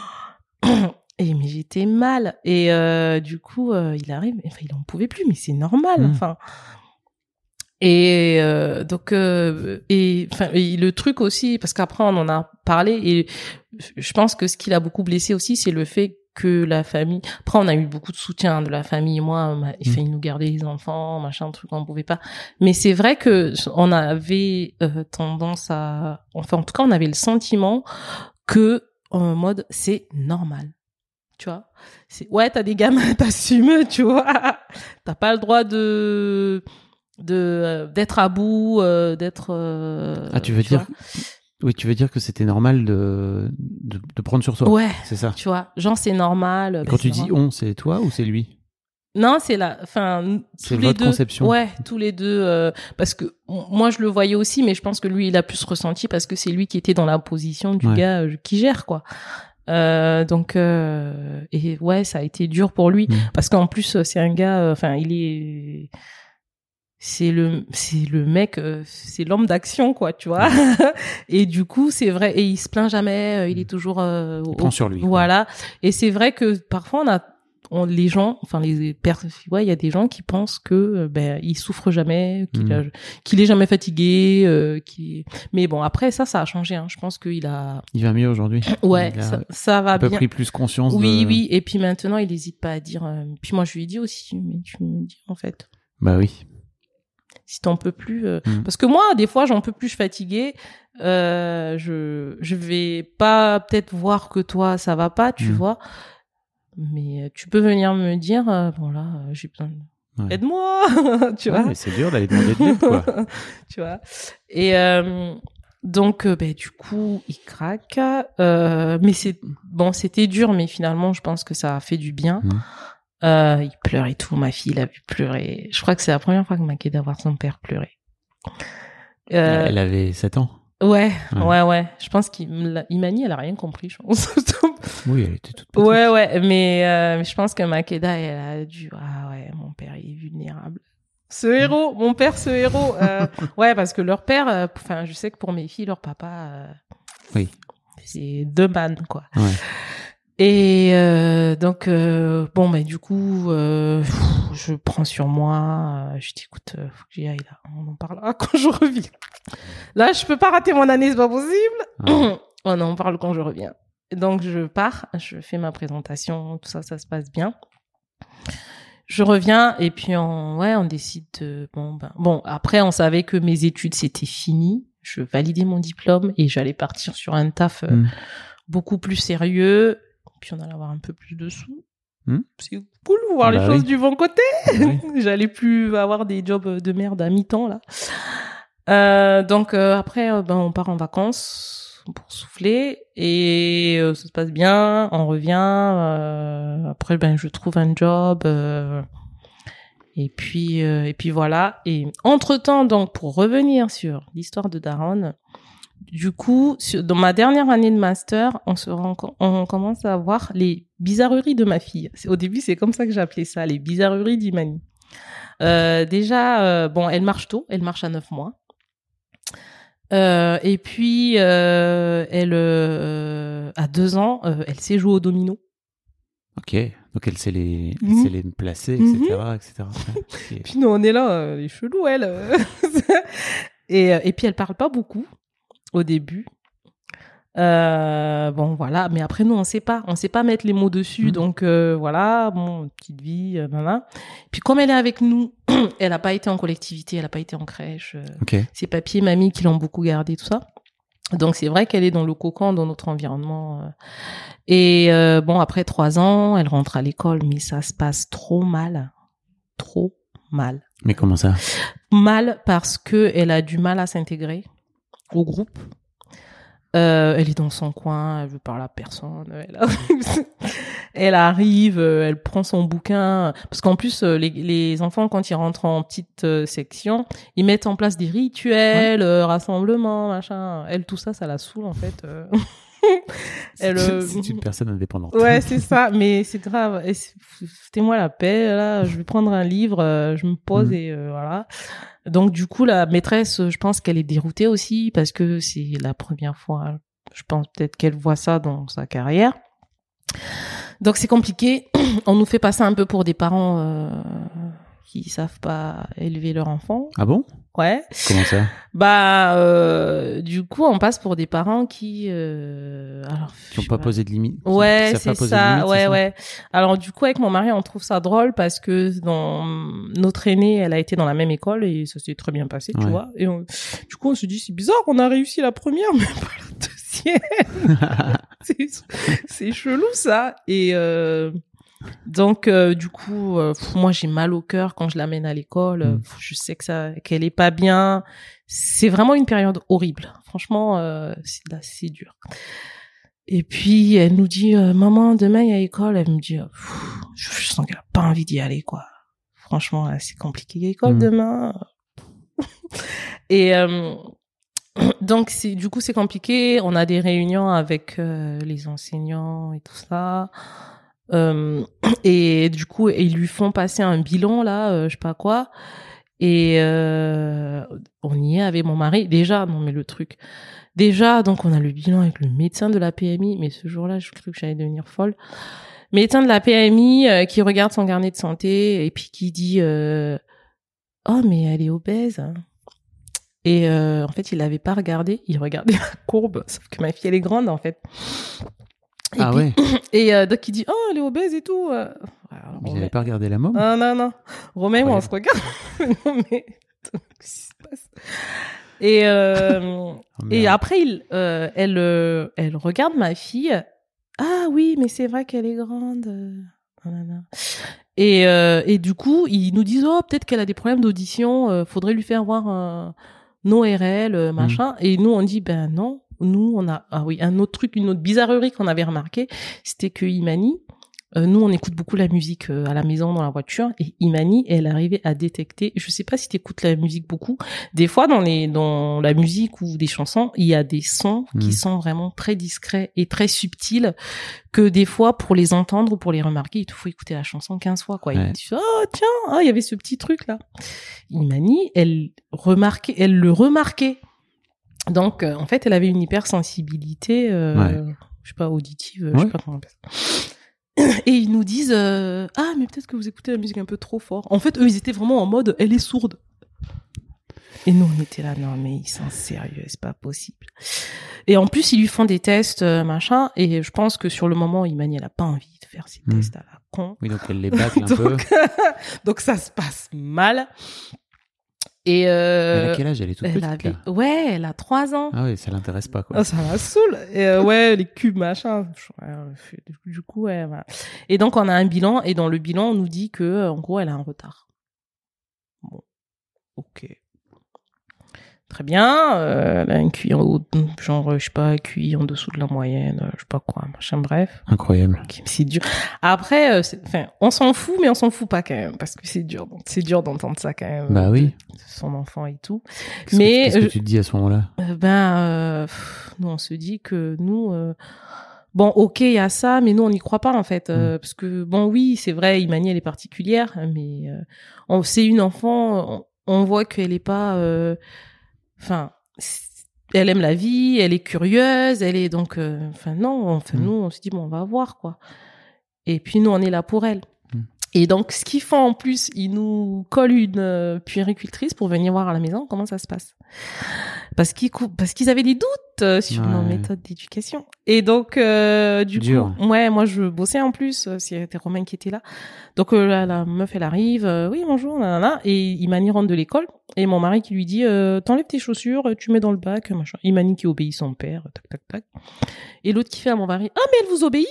Et mais j'étais mal et euh, du coup euh, il arrive, enfin il en pouvait plus, mais c'est normal. Mmh. Enfin et euh, donc euh, et enfin le truc aussi, parce qu'après on en a parlé et je pense que ce qui l'a beaucoup blessé aussi, c'est le fait que la famille, après on a eu beaucoup de soutien de la famille, moi il fait nous garder les enfants, machin truc, on pouvait pas, mais c'est vrai que on avait euh, tendance à, enfin en tout cas on avait le sentiment que en mode c'est normal. Tu vois, c'est ouais, t'as des gamins, t'assumes, tu vois, t'as pas le droit de de euh, d'être à bout, euh, d'être. Euh, ah, tu veux tu dire, vois oui, tu veux dire que c'était normal de, de de prendre sur toi. Ouais. C'est ça. Tu vois, genre c'est normal. Quand tu dis on, c'est toi ou c'est lui? Non, c'est la, enfin, c'est tous les votre deux. conception. Ouais, tous les deux, euh, parce que moi je le voyais aussi, mais je pense que lui il a plus ressenti parce que c'est lui qui était dans la position du Ouais. gars euh, qui gère quoi. Euh, donc euh, et ouais, ça a été dur pour lui Mmh. parce qu'en plus c'est un gars, enfin il est, c'est le, c'est le mec, euh, c'est l'homme d'action quoi, tu vois. Et du coup c'est vrai, et il se plaint jamais, euh, il est toujours. Euh, Il au, prend sur lui. quoi. Voilà. Et c'est vrai que parfois on a On, les gens, enfin les personnes, ouais, il y a des gens qui pensent que euh, ben il souffre jamais, qu'il Mmh. a, qu'il est jamais fatigué, euh, qu'il... mais bon après ça, ça a changé. Hein. Je pense qu'il a, Il va mieux aujourd'hui. ouais, Il a ça, ça va un peu bien. pris plus conscience. Oui, de... oui. Et puis maintenant, il hésite pas à dire. Euh... Puis moi, je lui ai dit aussi, mais tu me dis en fait, Bah oui. si t'en peux plus, euh... Mmh. parce que moi, des fois, j'en peux plus, je suis fatiguée. Euh, je, je vais pas peut-être voir que toi, ça va pas, tu Mmh. vois. Mais tu peux venir me dire, euh, bon là, euh, j'ai besoin de... Ouais. Aide-moi, tu Ouais, vois. mais c'est dur d'aller demander de l'aide, quoi. Tu vois. Et euh, donc, euh, ben, du coup, il craque. Euh, mais c'est bon, c'était dur, mais finalement, je pense que ça a fait du bien. Mmh. Euh, il pleure et tout. Ma fille l'a vu pleurer. Je crois que c'est la première fois que Makeda voit son père pleurer. Euh, Elle avait sept ans. Ouais, Ouais. ouais, ouais. Je pense qu'Imani, elle a rien compris, je pense. Oui, elle était toute petite. Ouais, ouais, mais euh, je pense que Makeda, elle a dû... Ah ouais, mon père, il est vulnérable. Ce héros, mon père, ce héros. Euh, ouais, parce que leur père, enfin, euh, je sais que pour mes filles, leur papa, euh, oui, c'est deux man, quoi. Ouais. Et euh, donc, euh, bon, bah, du coup, euh, je prends sur moi. Euh, je dis, écoute, euh, faut que j'y aille là. On en parlera quand je reviens. Là, je peux pas rater mon année, c'est pas possible. Ouais. On en parle quand je reviens. Donc, je pars, je fais ma présentation, tout ça, ça se passe bien. Je reviens et puis on, ouais, on décide de, bon, ben, bon, après, on savait que mes études, c'était fini. Je validais mon diplôme et j'allais partir sur un taf euh, Mm. beaucoup plus sérieux. Puis on allait avoir un peu plus de sous. Mm. C'est cool, voir Bah les oui. choses du bon côté. Oui. J'allais plus avoir des jobs de merde à mi-temps, là. Euh, donc, euh, après, euh, ben, on part en vacances pour souffler et euh, ça se passe bien. On revient. Euh, après, ben, je trouve un job. Euh, et puis, euh, et puis voilà. Et entre-temps, donc, pour revenir sur l'histoire de Daron, du coup, sur, dans ma dernière année de master, on se rend, on commence à voir les bizarreries de ma fille. C'est, au début, c'est comme ça que j'appelais ça, les bizarreries d'Imani. Euh, déjà, euh, bon, elle marche tôt, elle marche à neuf mois. Euh, et puis, euh, elle, euh, à deux ans, euh, elle sait jouer au domino. Ok, donc elle sait les, elle Mhm. sait les placer, Mhm. et cetera, et cetera. Ok. Puis nous, on est là, euh, elle est chelou, elle. et, et puis, elle parle pas beaucoup au début. Euh, bon, voilà. Mais après, nous, on sait pas. On sait pas mettre les mots dessus. Mmh. Donc, euh, voilà. Bon, petite vie, euh, nanana. Puis, comme elle est avec nous, elle a pas été en collectivité, elle a pas été en crèche. Euh, Ok. ses papiers, mamie, qui l'ont beaucoup gardé, tout ça. Donc, c'est vrai qu'elle est dans le cocon, dans notre environnement. euh. Et euh, bon, après trois ans, elle rentre à l'école, mais ça se passe trop mal. Trop mal. Mais comment ça? Mal parce que elle a du mal à s'intégrer au groupe. Euh, elle est dans son coin, elle veut parler à personne. Elle arrive, elle, arrive, euh, elle prend son bouquin. Parce qu'en plus, euh, les, les enfants, quand ils rentrent en petite euh, section, ils mettent en place des rituels, euh, rassemblements, machin. Elle, tout ça, ça la saoule, en fait. euh. Elle, C'est euh, c'est une personne indépendante. Ouais, c'est ça, mais c'est grave. Et c'est- Foutez-moi la paix, là. Je vais prendre un livre, euh, je me pose Mhm. et euh, voilà. Donc, du coup, la maîtresse, je pense qu'elle est déroutée aussi parce que c'est la première fois, je pense peut-être qu'elle voit ça dans sa carrière. Donc, c'est compliqué. On nous fait passer un peu pour des parents euh, qui savent pas élever leur enfant. Ah bon? Ouais. Comment ça? Bah, euh, du coup, on passe pour des parents qui... Euh, alors, Qui n'ont je pas sais posé de limite? qui- Ouais, qui savent c'est pas poser de ça. limite, ouais, c'est ça ouais. Alors du coup, avec mon mari, on trouve ça drôle parce que dans notre aînée, elle a été dans la même école et ça s'est très bien passé, tu Ouais. vois. Et on... du coup, on se dit c'est bizarre, on a réussi la première, mais pas la deuxième. c'est... c'est chelou ça. Et euh... donc euh, du coup, euh, pff, moi j'ai mal au cœur quand je l'amène à l'école. Mm. Pff, je sais que ça, qu'elle est pas bien. C'est vraiment une période horrible. Franchement, euh, c'est là, c'est dur. Et puis, elle nous dit, euh, maman, demain, il y a école. Elle me dit, euh, pff, je, je sens qu'elle a pas envie d'y aller, quoi. Franchement, là, c'est compliqué l'école mmh. demain. Et euh, donc, c'est, du coup, c'est compliqué. On a des réunions avec euh, les enseignants et tout ça. Euh, et du coup, ils lui font passer un bilan, là, euh, je sais pas quoi. Et euh, on y est avec mon mari. Déjà, non, mais le truc... Déjà, donc, on a le bilan avec le médecin de la P M I. Mais ce jour-là, je crois que j'allais devenir folle. Médecin de la P M I euh, qui regarde son carnet de santé et puis qui dit euh, « Oh, mais elle est obèse. » Et euh, en fait, il l'avait pas regardé. Il regardait la courbe. Sauf que ma fille, elle est grande, en fait. Et ah puis, ouais. Et euh, donc, il dit « Oh, elle est obèse et tout. » Alors, il n'avait pas regardé la môme. Non, non, non. Romain, moi, on se regarde. Non, mais... Qu'est-ce qui se passe? Et, euh, oh, et après, il, euh, elle, euh, elle regarde ma fille. Ah oui, mais c'est vrai qu'elle est grande. Oh là là. Et, euh, et du coup, ils nous disent, oh, peut-être qu'elle a des problèmes d'audition, euh, faudrait lui faire voir un O R L, machin. Mmh. Et nous, on dit, ben non. Nous, on a, ah oui, un autre truc, une autre bizarrerie qu'on avait remarqué, c'était que Imani, euh, nous, on écoute beaucoup la musique euh, à la maison, dans la voiture, et Imani, elle arrivait à détecter, je sais pas si t'écoutes la musique beaucoup, des fois, dans les, dans la musique ou des chansons, il y a des sons mmh. qui sont vraiment très discrets et très subtils, que des fois, pour les entendre ou pour les remarquer, il te faut écouter la chanson quinze fois, quoi. Ouais. Et tu dis, oh, tiens, oh, il y avait ce petit truc-là. Imani, elle remarquait, elle le remarquait. Donc, euh, en fait, elle avait une hypersensibilité, euh, ouais. je sais pas, auditive, ouais. je sais pas comment on appelle ça. Et ils nous disent euh, ah mais peut-être que vous écoutez la musique un peu trop fort. En fait, eux, ils étaient vraiment en mode elle est sourde. Et nous, on était là non mais ils sont sérieux, c'est pas possible. Et en plus, ils lui font des tests euh, machin. Et je pense que sur le moment, Imani, elle a pas envie de faire ces mmh. tests à la con. Oui, donc elle les bâcle un donc, peu. Donc ça se passe mal. Et euh, elle a quel âge? Elle est toute elle petite avait, là. Ouais, elle a trois ans. Ah oui, ça l'intéresse pas quoi. Oh, ça la saoule. Et euh, ouais, les cubes machin. Du coup, ouais. Voilà. Et donc on a un bilan et dans le bilan on nous dit que en gros elle a un retard. Bon, ok. Très bien. Euh, elle a un Q I en haut, genre je sais pas, Q I en dessous de la moyenne, je sais pas quoi, machin. Bref. Incroyable. Okay, c'est dur. Après, enfin, on s'en fout, mais on s'en fout pas quand même parce que c'est dur. Donc c'est dur d'entendre ça quand même. Bah oui. Son enfant et tout. Qu'est-ce mais que, qu'est-ce que tu te dis à ce moment-là? euh, Ben, euh, pff, nous on se dit que nous, euh, bon, ok, il y a ça, mais nous on n'y croit pas en fait, euh, mmh. parce que bon, oui, c'est vrai, Imani elle est particulière, mais euh, on, c'est une enfant, on, on voit qu'elle est pas, enfin, euh, elle aime la vie, elle est curieuse, elle est donc, enfin euh, non, enfin mmh. nous on se dit bon, on va voir quoi. Et puis nous on est là pour elle. Mmh. Et donc, ce qu'ils font en plus, ils nous collent une euh, puéricultrice pour venir voir à la maison comment ça se passe. Parce qu'ils, parce qu'ils avaient des doutes euh, sur ouais. nos méthodes d'éducation. Et donc, euh, du Dur. coup, ouais, moi, je bossais en plus, euh, c'était Romain qui était là. Donc, euh, la, la meuf, elle arrive, euh, oui, bonjour, nanana, et Imani rentre de l'école. Et mon mari qui lui dit, euh, t'enlèves tes chaussures, tu mets dans le bac, machin. Imani qui obéit son père, tac, tac, tac. Et l'autre qui fait à mon mari, ah, mais elle vous obéit?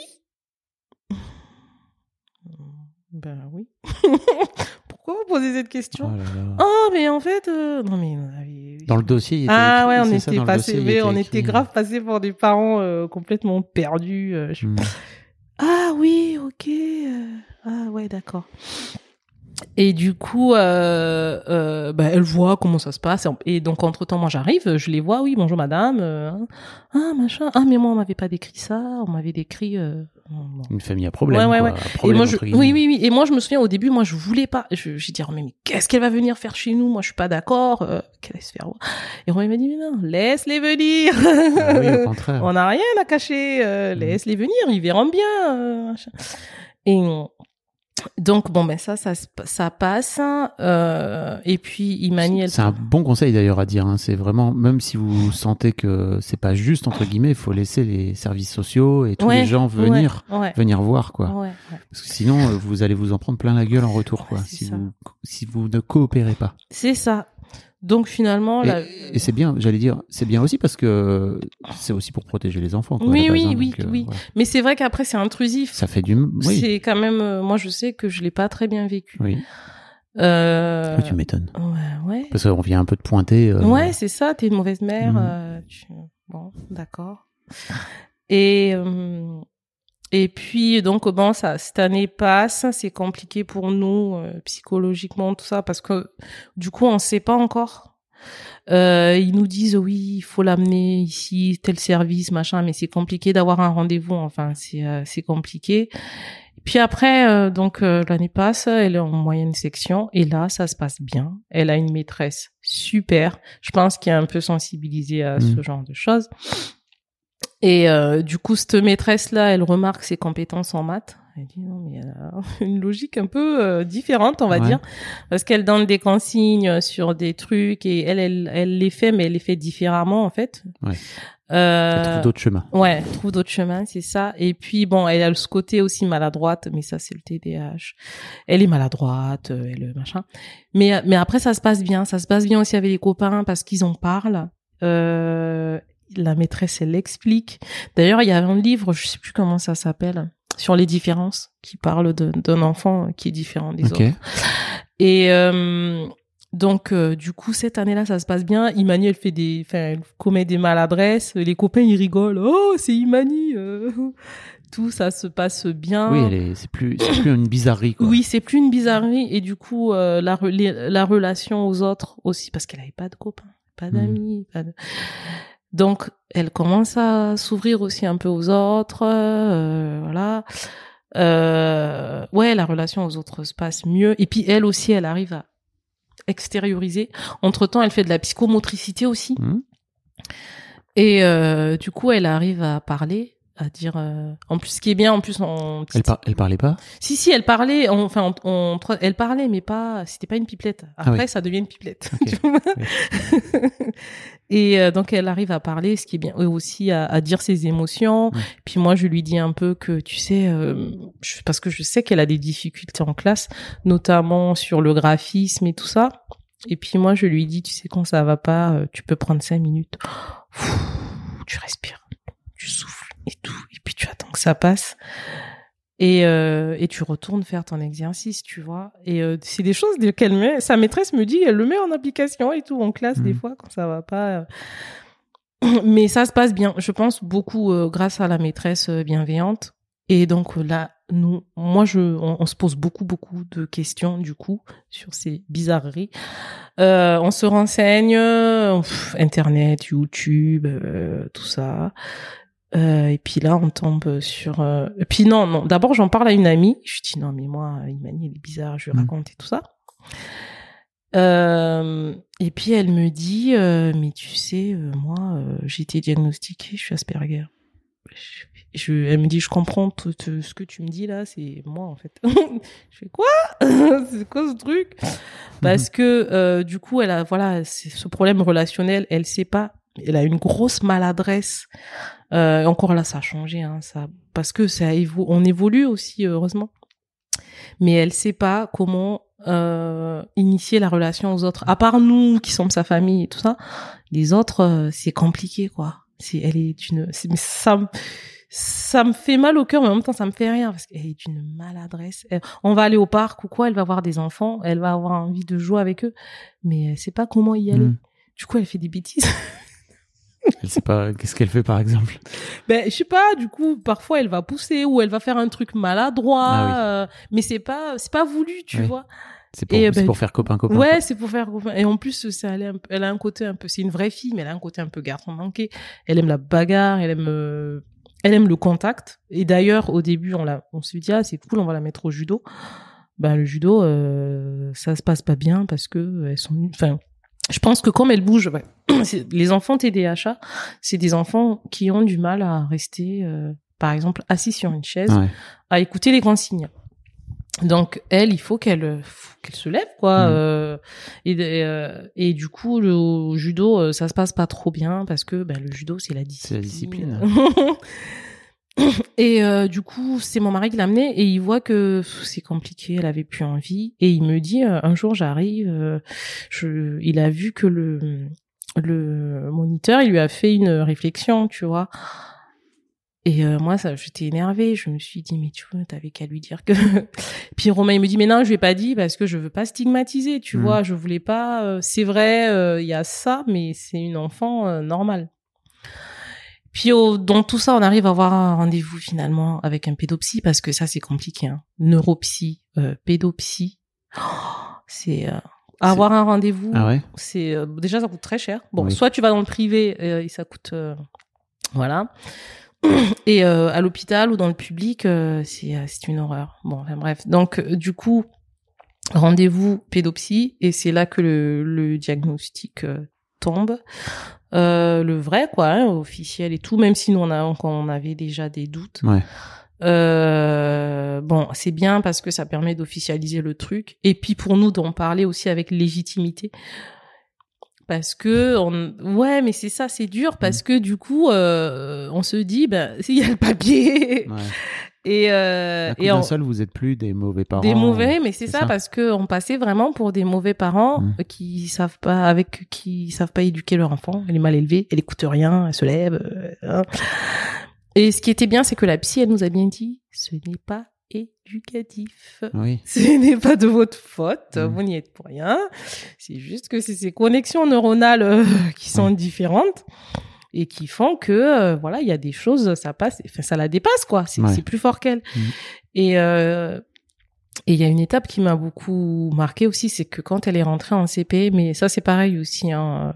Ben oui. Pourquoi vous posez cette question? Oh, là là. Oh mais en fait, euh... non mais dans le dossier. Il était ah écrit, ouais, on était ça, passé, dossier, mais était on écrit... était grave passé pour des parents euh, complètement perdus. Euh, je... mm. Ah oui, ok. Euh... Ah ouais, d'accord. Et du coup, euh, euh, bah, elle voit comment ça se passe. Et donc, entre-temps, moi, j'arrive, je les vois. Oui, bonjour, madame. Euh, ah, machin. Ah, mais moi, on m'avait pas décrit ça. On m'avait décrit... Euh... Une famille à problème. Ouais, ouais, quoi. ouais. Problème, et moi, je... Oui, oui, oui. Et moi, je me souviens, au début, moi, je voulais pas. Je, j'ai dit, mais, mais qu'est-ce qu'elle va venir faire chez nous? Moi, je suis pas d'accord. Euh, qu'elle laisse faire. Et Romain m'a dit, mais non, laisse-les venir. Ah oui, au contraire. On n'a rien à cacher. Euh, mmh. Laisse-les venir. Ils verront bien. Euh, machin. Et... Donc bon ben ça ça ça passe euh, et puis Imani elle... c'est un bon conseil d'ailleurs à dire hein. C'est vraiment, même si vous sentez que c'est pas juste entre guillemets, il faut laisser les services sociaux et tous ouais, les gens venir ouais, ouais. venir voir quoi ouais, ouais. Parce que sinon vous allez vous en prendre plein la gueule en retour quoi, si ça. vous si vous ne coopérez pas. C'est ça. Donc finalement, et, la... et c'est bien, j'allais dire, c'est bien aussi parce que c'est aussi pour protéger les enfants. Quoi, oui, base, oui, hein, oui, donc, oui. Euh, ouais. Mais c'est vrai qu'après c'est intrusif. Ça fait du. Oui. C'est quand même, euh, moi je sais que je l'ai pas très bien vécu. Oui. Euh... Oui, tu m'étonnes. Ouais, ouais. Parce qu'on vient un peu de pointer. Euh... Ouais, c'est ça. T'es une mauvaise mère. Mmh. Euh, tu... Bon, d'accord. Et euh... Et puis donc bon, ça, cette année passe, c'est compliqué pour nous euh, psychologiquement tout ça parce que du coup on sait pas encore. Euh, ils nous disent oui, il faut l'amener ici, tel service, machin, mais c'est compliqué d'avoir un rendez-vous. Enfin, c'est euh, c'est compliqué. Puis après, euh, donc euh, l'année passe, elle est en moyenne section et là, ça se passe bien. Elle a une maîtresse super, je pense, qui est un peu sensibilisée à mmh. ce genre de choses. Et euh, du coup, cette maîtresse-là, elle remarque ses compétences en maths. Elle dit non, mais elle a une logique un peu euh, différente, on va ouais. dire, parce qu'elle donne des consignes sur des trucs et elle, elle, elle les fait, mais elle les fait différemment en fait. Ouais. Euh, elle trouve d'autres chemins. Ouais, elle trouve d'autres chemins, c'est ça. Et puis bon, elle a ce côté aussi maladroite, mais ça c'est le T D A H. Elle est maladroite, elle machin. Mais mais après ça se passe bien, ça se passe bien aussi avec les copains parce qu'ils en parlent. Euh, la maîtresse elle l'explique. D'ailleurs il y a un livre, je sais plus comment ça s'appelle, sur les différences, qui parle de, d'un enfant qui est différent des okay. autres. Et euh, donc, euh, du coup, cette année-là, ça se passe bien. Imani, elle fait des, enfin, elle commet des maladresses. Les copains, ils rigolent. Oh, c'est Imani. Euh. Tout ça se passe bien. Oui, elle est, c'est plus, c'est plus une bizarrerie, quoi. Oui, c'est plus une bizarrerie. Et du coup, euh, la, les, la relation aux autres aussi, parce qu'elle avait pas de copains, pas d'amis, mmh. pas de... Donc, elle commence à s'ouvrir aussi un peu aux autres, euh, voilà. Euh, ouais, la relation aux autres se passe mieux. Et puis, elle aussi, elle arrive à extérioriser. Entre-temps, elle fait de la psychomotricité aussi. Mmh. Et euh, du coup, elle arrive à parler, à dire... Euh... En plus, ce qui est bien, en plus... On... Elle, par... elle parlait pas ? Si, si, elle parlait. On... Enfin, on... On... elle parlait, mais pas... C'était pas une pipelette. Après, ah oui. ça devient une pipelette. Okay. Oui. Et euh, donc, elle arrive à parler, ce qui est bien. Et aussi à, à dire ses émotions. Mmh. Puis moi, je lui dis un peu que, tu sais... Euh... Je... Parce que je sais qu'elle a des difficultés en classe, notamment sur le graphisme et tout ça. Et puis moi, je lui dis, tu sais, quand ça va pas, tu peux prendre cinq minutes. Ouh, tu respires, tu souffles et tout. Et puis tu attends que ça passe. Et, euh, et tu retournes faire ton exercice, tu vois. Et euh, c'est des choses qu'elle met, sa maîtresse me dit, elle le met en application et tout, en classe, mmh. des fois, quand ça va pas. Mais ça se passe bien. Je pense beaucoup euh, grâce à la maîtresse bienveillante. Et donc là, nous, moi, je, on, on se pose beaucoup, beaucoup de questions du coup sur ces bizarreries. Euh, on se renseigne, pff, Internet, YouTube, euh, tout ça. Euh, et puis là, on tombe sur. Euh... Et puis non, non. D'abord, j'en parle à une amie. Je dis non, mais moi, Imani, elle est bizarre. Je lui raconte et tout ça. Euh, et puis elle me dit, euh, mais tu sais, euh, moi, euh, j'ai été diagnostiquée, je suis Asperger. Je, je, elle me dit, je comprends tout, tout ce que tu me dis là, c'est moi en fait. Je fais quoi? C'est quoi ce truc? Parce que euh, du coup, elle a voilà, c'est ce problème relationnel, elle sait pas. Elle a une grosse maladresse. Euh, encore là, ça a changé, hein, ça, parce que ça évo- on évolue aussi, heureusement. Mais elle sait pas comment euh, initier la relation aux autres. À part nous, qui sommes sa famille et tout ça, les autres, euh, c'est compliqué, quoi. C'est, elle est une, c'est, mais ça, ça me fait mal au cœur, mais en même temps, ça me fait rien parce qu'elle est d'une maladresse. Elle, on va aller au parc ou quoi, elle va voir des enfants, elle va avoir envie de jouer avec eux, mais elle sait pas comment y aller. Mmh. Du coup, elle fait des bêtises. Elle sait pas, qu'est-ce qu'elle fait, par exemple? Ben, je sais pas, du coup, parfois, elle va pousser ou elle va faire un truc maladroit, ah oui. euh, mais c'est pas, c'est pas voulu, tu oui. vois. C'est pour, et, c'est ben, pour faire copain-copain. Ouais, quoi. c'est pour faire copain. Et en plus, ça, elle, a un, elle a un côté un peu, c'est une vraie fille, mais elle a un côté un peu garçon manqué. Elle aime la bagarre, elle aime, euh, elle aime le contact. Et d'ailleurs, au début, on l'a, on se dit, ah, c'est cool, on va la mettre au judo. Ben, le judo, euh, ça se passe pas bien parce que elles sont, enfin, je pense que comme elle bouge, ouais, les enfants T D A H, c'est des enfants qui ont du mal à rester, euh, par exemple, assis sur une chaise, ouais. à écouter les consignes. Donc elle, il faut qu'elle, qu'elle se lève, quoi. Mmh. Euh, et, et, euh, et du coup, le judo, ça se passe pas trop bien parce que ben, le judo, c'est la discipline. C'est la discipline. Et euh, du coup, c'est mon mari qui l'a amenée et il voit que c'est compliqué, elle avait plus envie. Et il me dit, euh, un jour j'arrive, euh, je, il a vu que le, le moniteur, il lui a fait une réflexion, tu vois. Et euh, moi, ça, j'étais énervée. Je me suis dit, mais tu vois, t'avais qu'à lui dire que... Puis Romain, il me dit, mais non, je lui ai pas dit parce que je veux pas stigmatiser, tu mmh. vois. Je voulais pas... Euh, c'est vrai, il euh, y a ça, mais c'est une enfant euh, normale. Puis au, dans tout ça, on arrive à avoir un rendez-vous finalement avec un pédopsie parce que ça c'est compliqué. Hein. Neuropsy, euh, pédopsie, oh, c'est euh, avoir un rendez-vous. Ah ouais. C'est euh, déjà ça coûte très cher. Bon, oui. soit tu vas dans le privé euh, et ça coûte, euh, voilà. Et euh, à l'hôpital ou dans le public, euh, c'est euh, c'est une horreur. Bon, enfin, bref. Donc euh, du coup, rendez-vous pédopsie et c'est là que le, le diagnostic euh, tombe. Euh, le vrai, quoi, hein, officiel et tout, même si nous, on, a, on avait déjà des doutes. Ouais. Euh, bon, c'est bien parce que ça permet d'officialiser le truc. Et puis, pour nous, d'en parler aussi avec légitimité. Parce que, on... ouais, mais c'est ça, c'est dur parce que du coup, euh, on se dit, ben, s'il y a le papier... Ouais. Et, euh, et en seul, vous êtes plus des mauvais parents. Des mauvais, mais c'est, c'est ça, ça parce que on passait vraiment pour des mauvais parents mmh. qui savent pas, avec qui savent pas éduquer leur enfant. Elle est mal élevée, elle écoute rien, elle se lève. Euh, hein. Et ce qui était bien, c'est que la psy, elle nous a bien dit, ce n'est pas éducatif. Oui. Ce n'est pas de votre faute, mmh. vous n'y êtes pour rien. C'est juste que c'est ces connexions neuronales euh, qui sont mmh. différentes. Et qui font que euh, voilà, il y a des choses, ça passe, enfin ça la dépasse quoi, c'est, ouais. c'est plus fort qu'elle. Mmh. Et euh, et il y a une étape qui m'a beaucoup marquée aussi, c'est que quand elle est rentrée en C P, mais ça c'est pareil aussi, hein,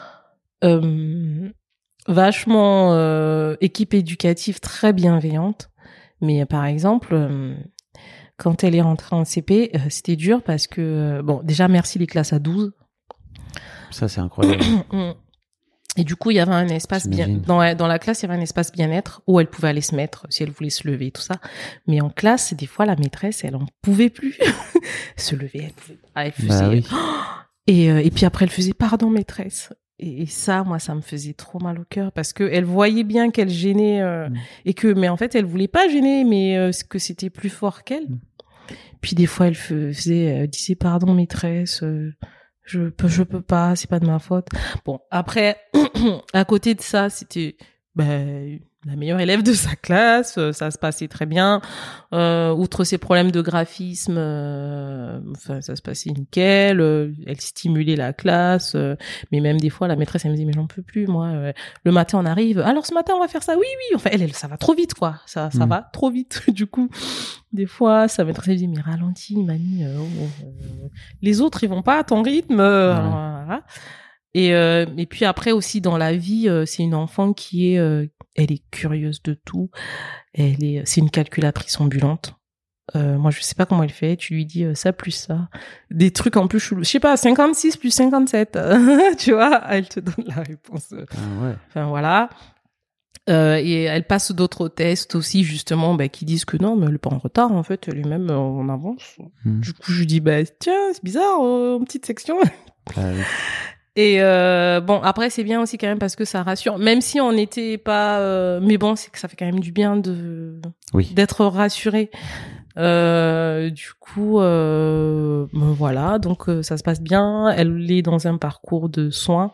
euh, vachement euh, équipe éducative très bienveillante, mais par exemple. Euh, quand elle est rentrée en C P, euh, c'était dur parce que euh, bon, déjà merci les classes à douze. Ça c'est incroyable. Et du coup, il y avait un espace bien, dans, dans la classe, il y avait un espace bien-être où elle pouvait aller se mettre si elle voulait se lever et tout ça. Mais en classe, des fois, la maîtresse, elle en pouvait plus se lever. Elle pouvait pas. Elle faisait, bah oui. et, euh, et puis après, elle faisait pardon, maîtresse. Et, et ça, moi, ça me faisait trop mal au cœur parce que elle voyait bien qu'elle gênait, euh, mmh. et que, mais en fait, elle voulait pas gêner, mais euh, que c'était plus fort qu'elle. Mmh. Puis des fois, elle faisait, elle disait pardon, maîtresse, euh, je peux, je peux pas, c'est pas de ma faute. Bon, après, à côté de ça, c'était, ben, la meilleure élève de sa classe, ça se passait très bien. Euh, outre ses problèmes de graphisme, euh, enfin, ça se passait nickel. Euh, elle stimulait la classe, euh, mais même des fois, la maîtresse, elle me disait, mais j'en peux plus, moi. Euh, le matin, on arrive. Alors, ce matin, on va faire ça. Oui, oui. Enfin, elle, elle ça va trop vite, quoi. Ça, ça mmh. va trop vite. Du coup, des fois, sa maîtresse, elle me dit, mais ralentis, Mani. Euh, oh, euh, les autres, ils vont pas à ton rythme. Euh, ouais. alors, voilà. Et, euh, et puis après aussi dans la vie, euh, c'est une enfant qui est, euh, elle est curieuse de tout. Elle est, c'est une calculatrice ambulante. Euh, moi je sais pas comment elle fait. Tu lui dis euh, ça plus ça, des trucs en plus chelous. Je sais pas, cinquante-six plus cinquante-sept. Tu vois, elle te donne la réponse. Ah ouais. Enfin voilà. Euh, et elle passe d'autres tests aussi justement, bah, qui disent que non, mais elle est pas en retard en fait, elle est même euh, en avance. Mmh. Du coup je lui dis bah tiens c'est bizarre, euh, en petite section. Ah oui. Et euh, bon, après c'est bien aussi quand même parce que ça rassure, même si on n'était pas, euh, mais bon, c'est que ça fait quand même du bien de oui. d'être rassuré. Euh, du coup, euh, ben voilà, donc euh, ça se passe bien. Elle est dans un parcours de soins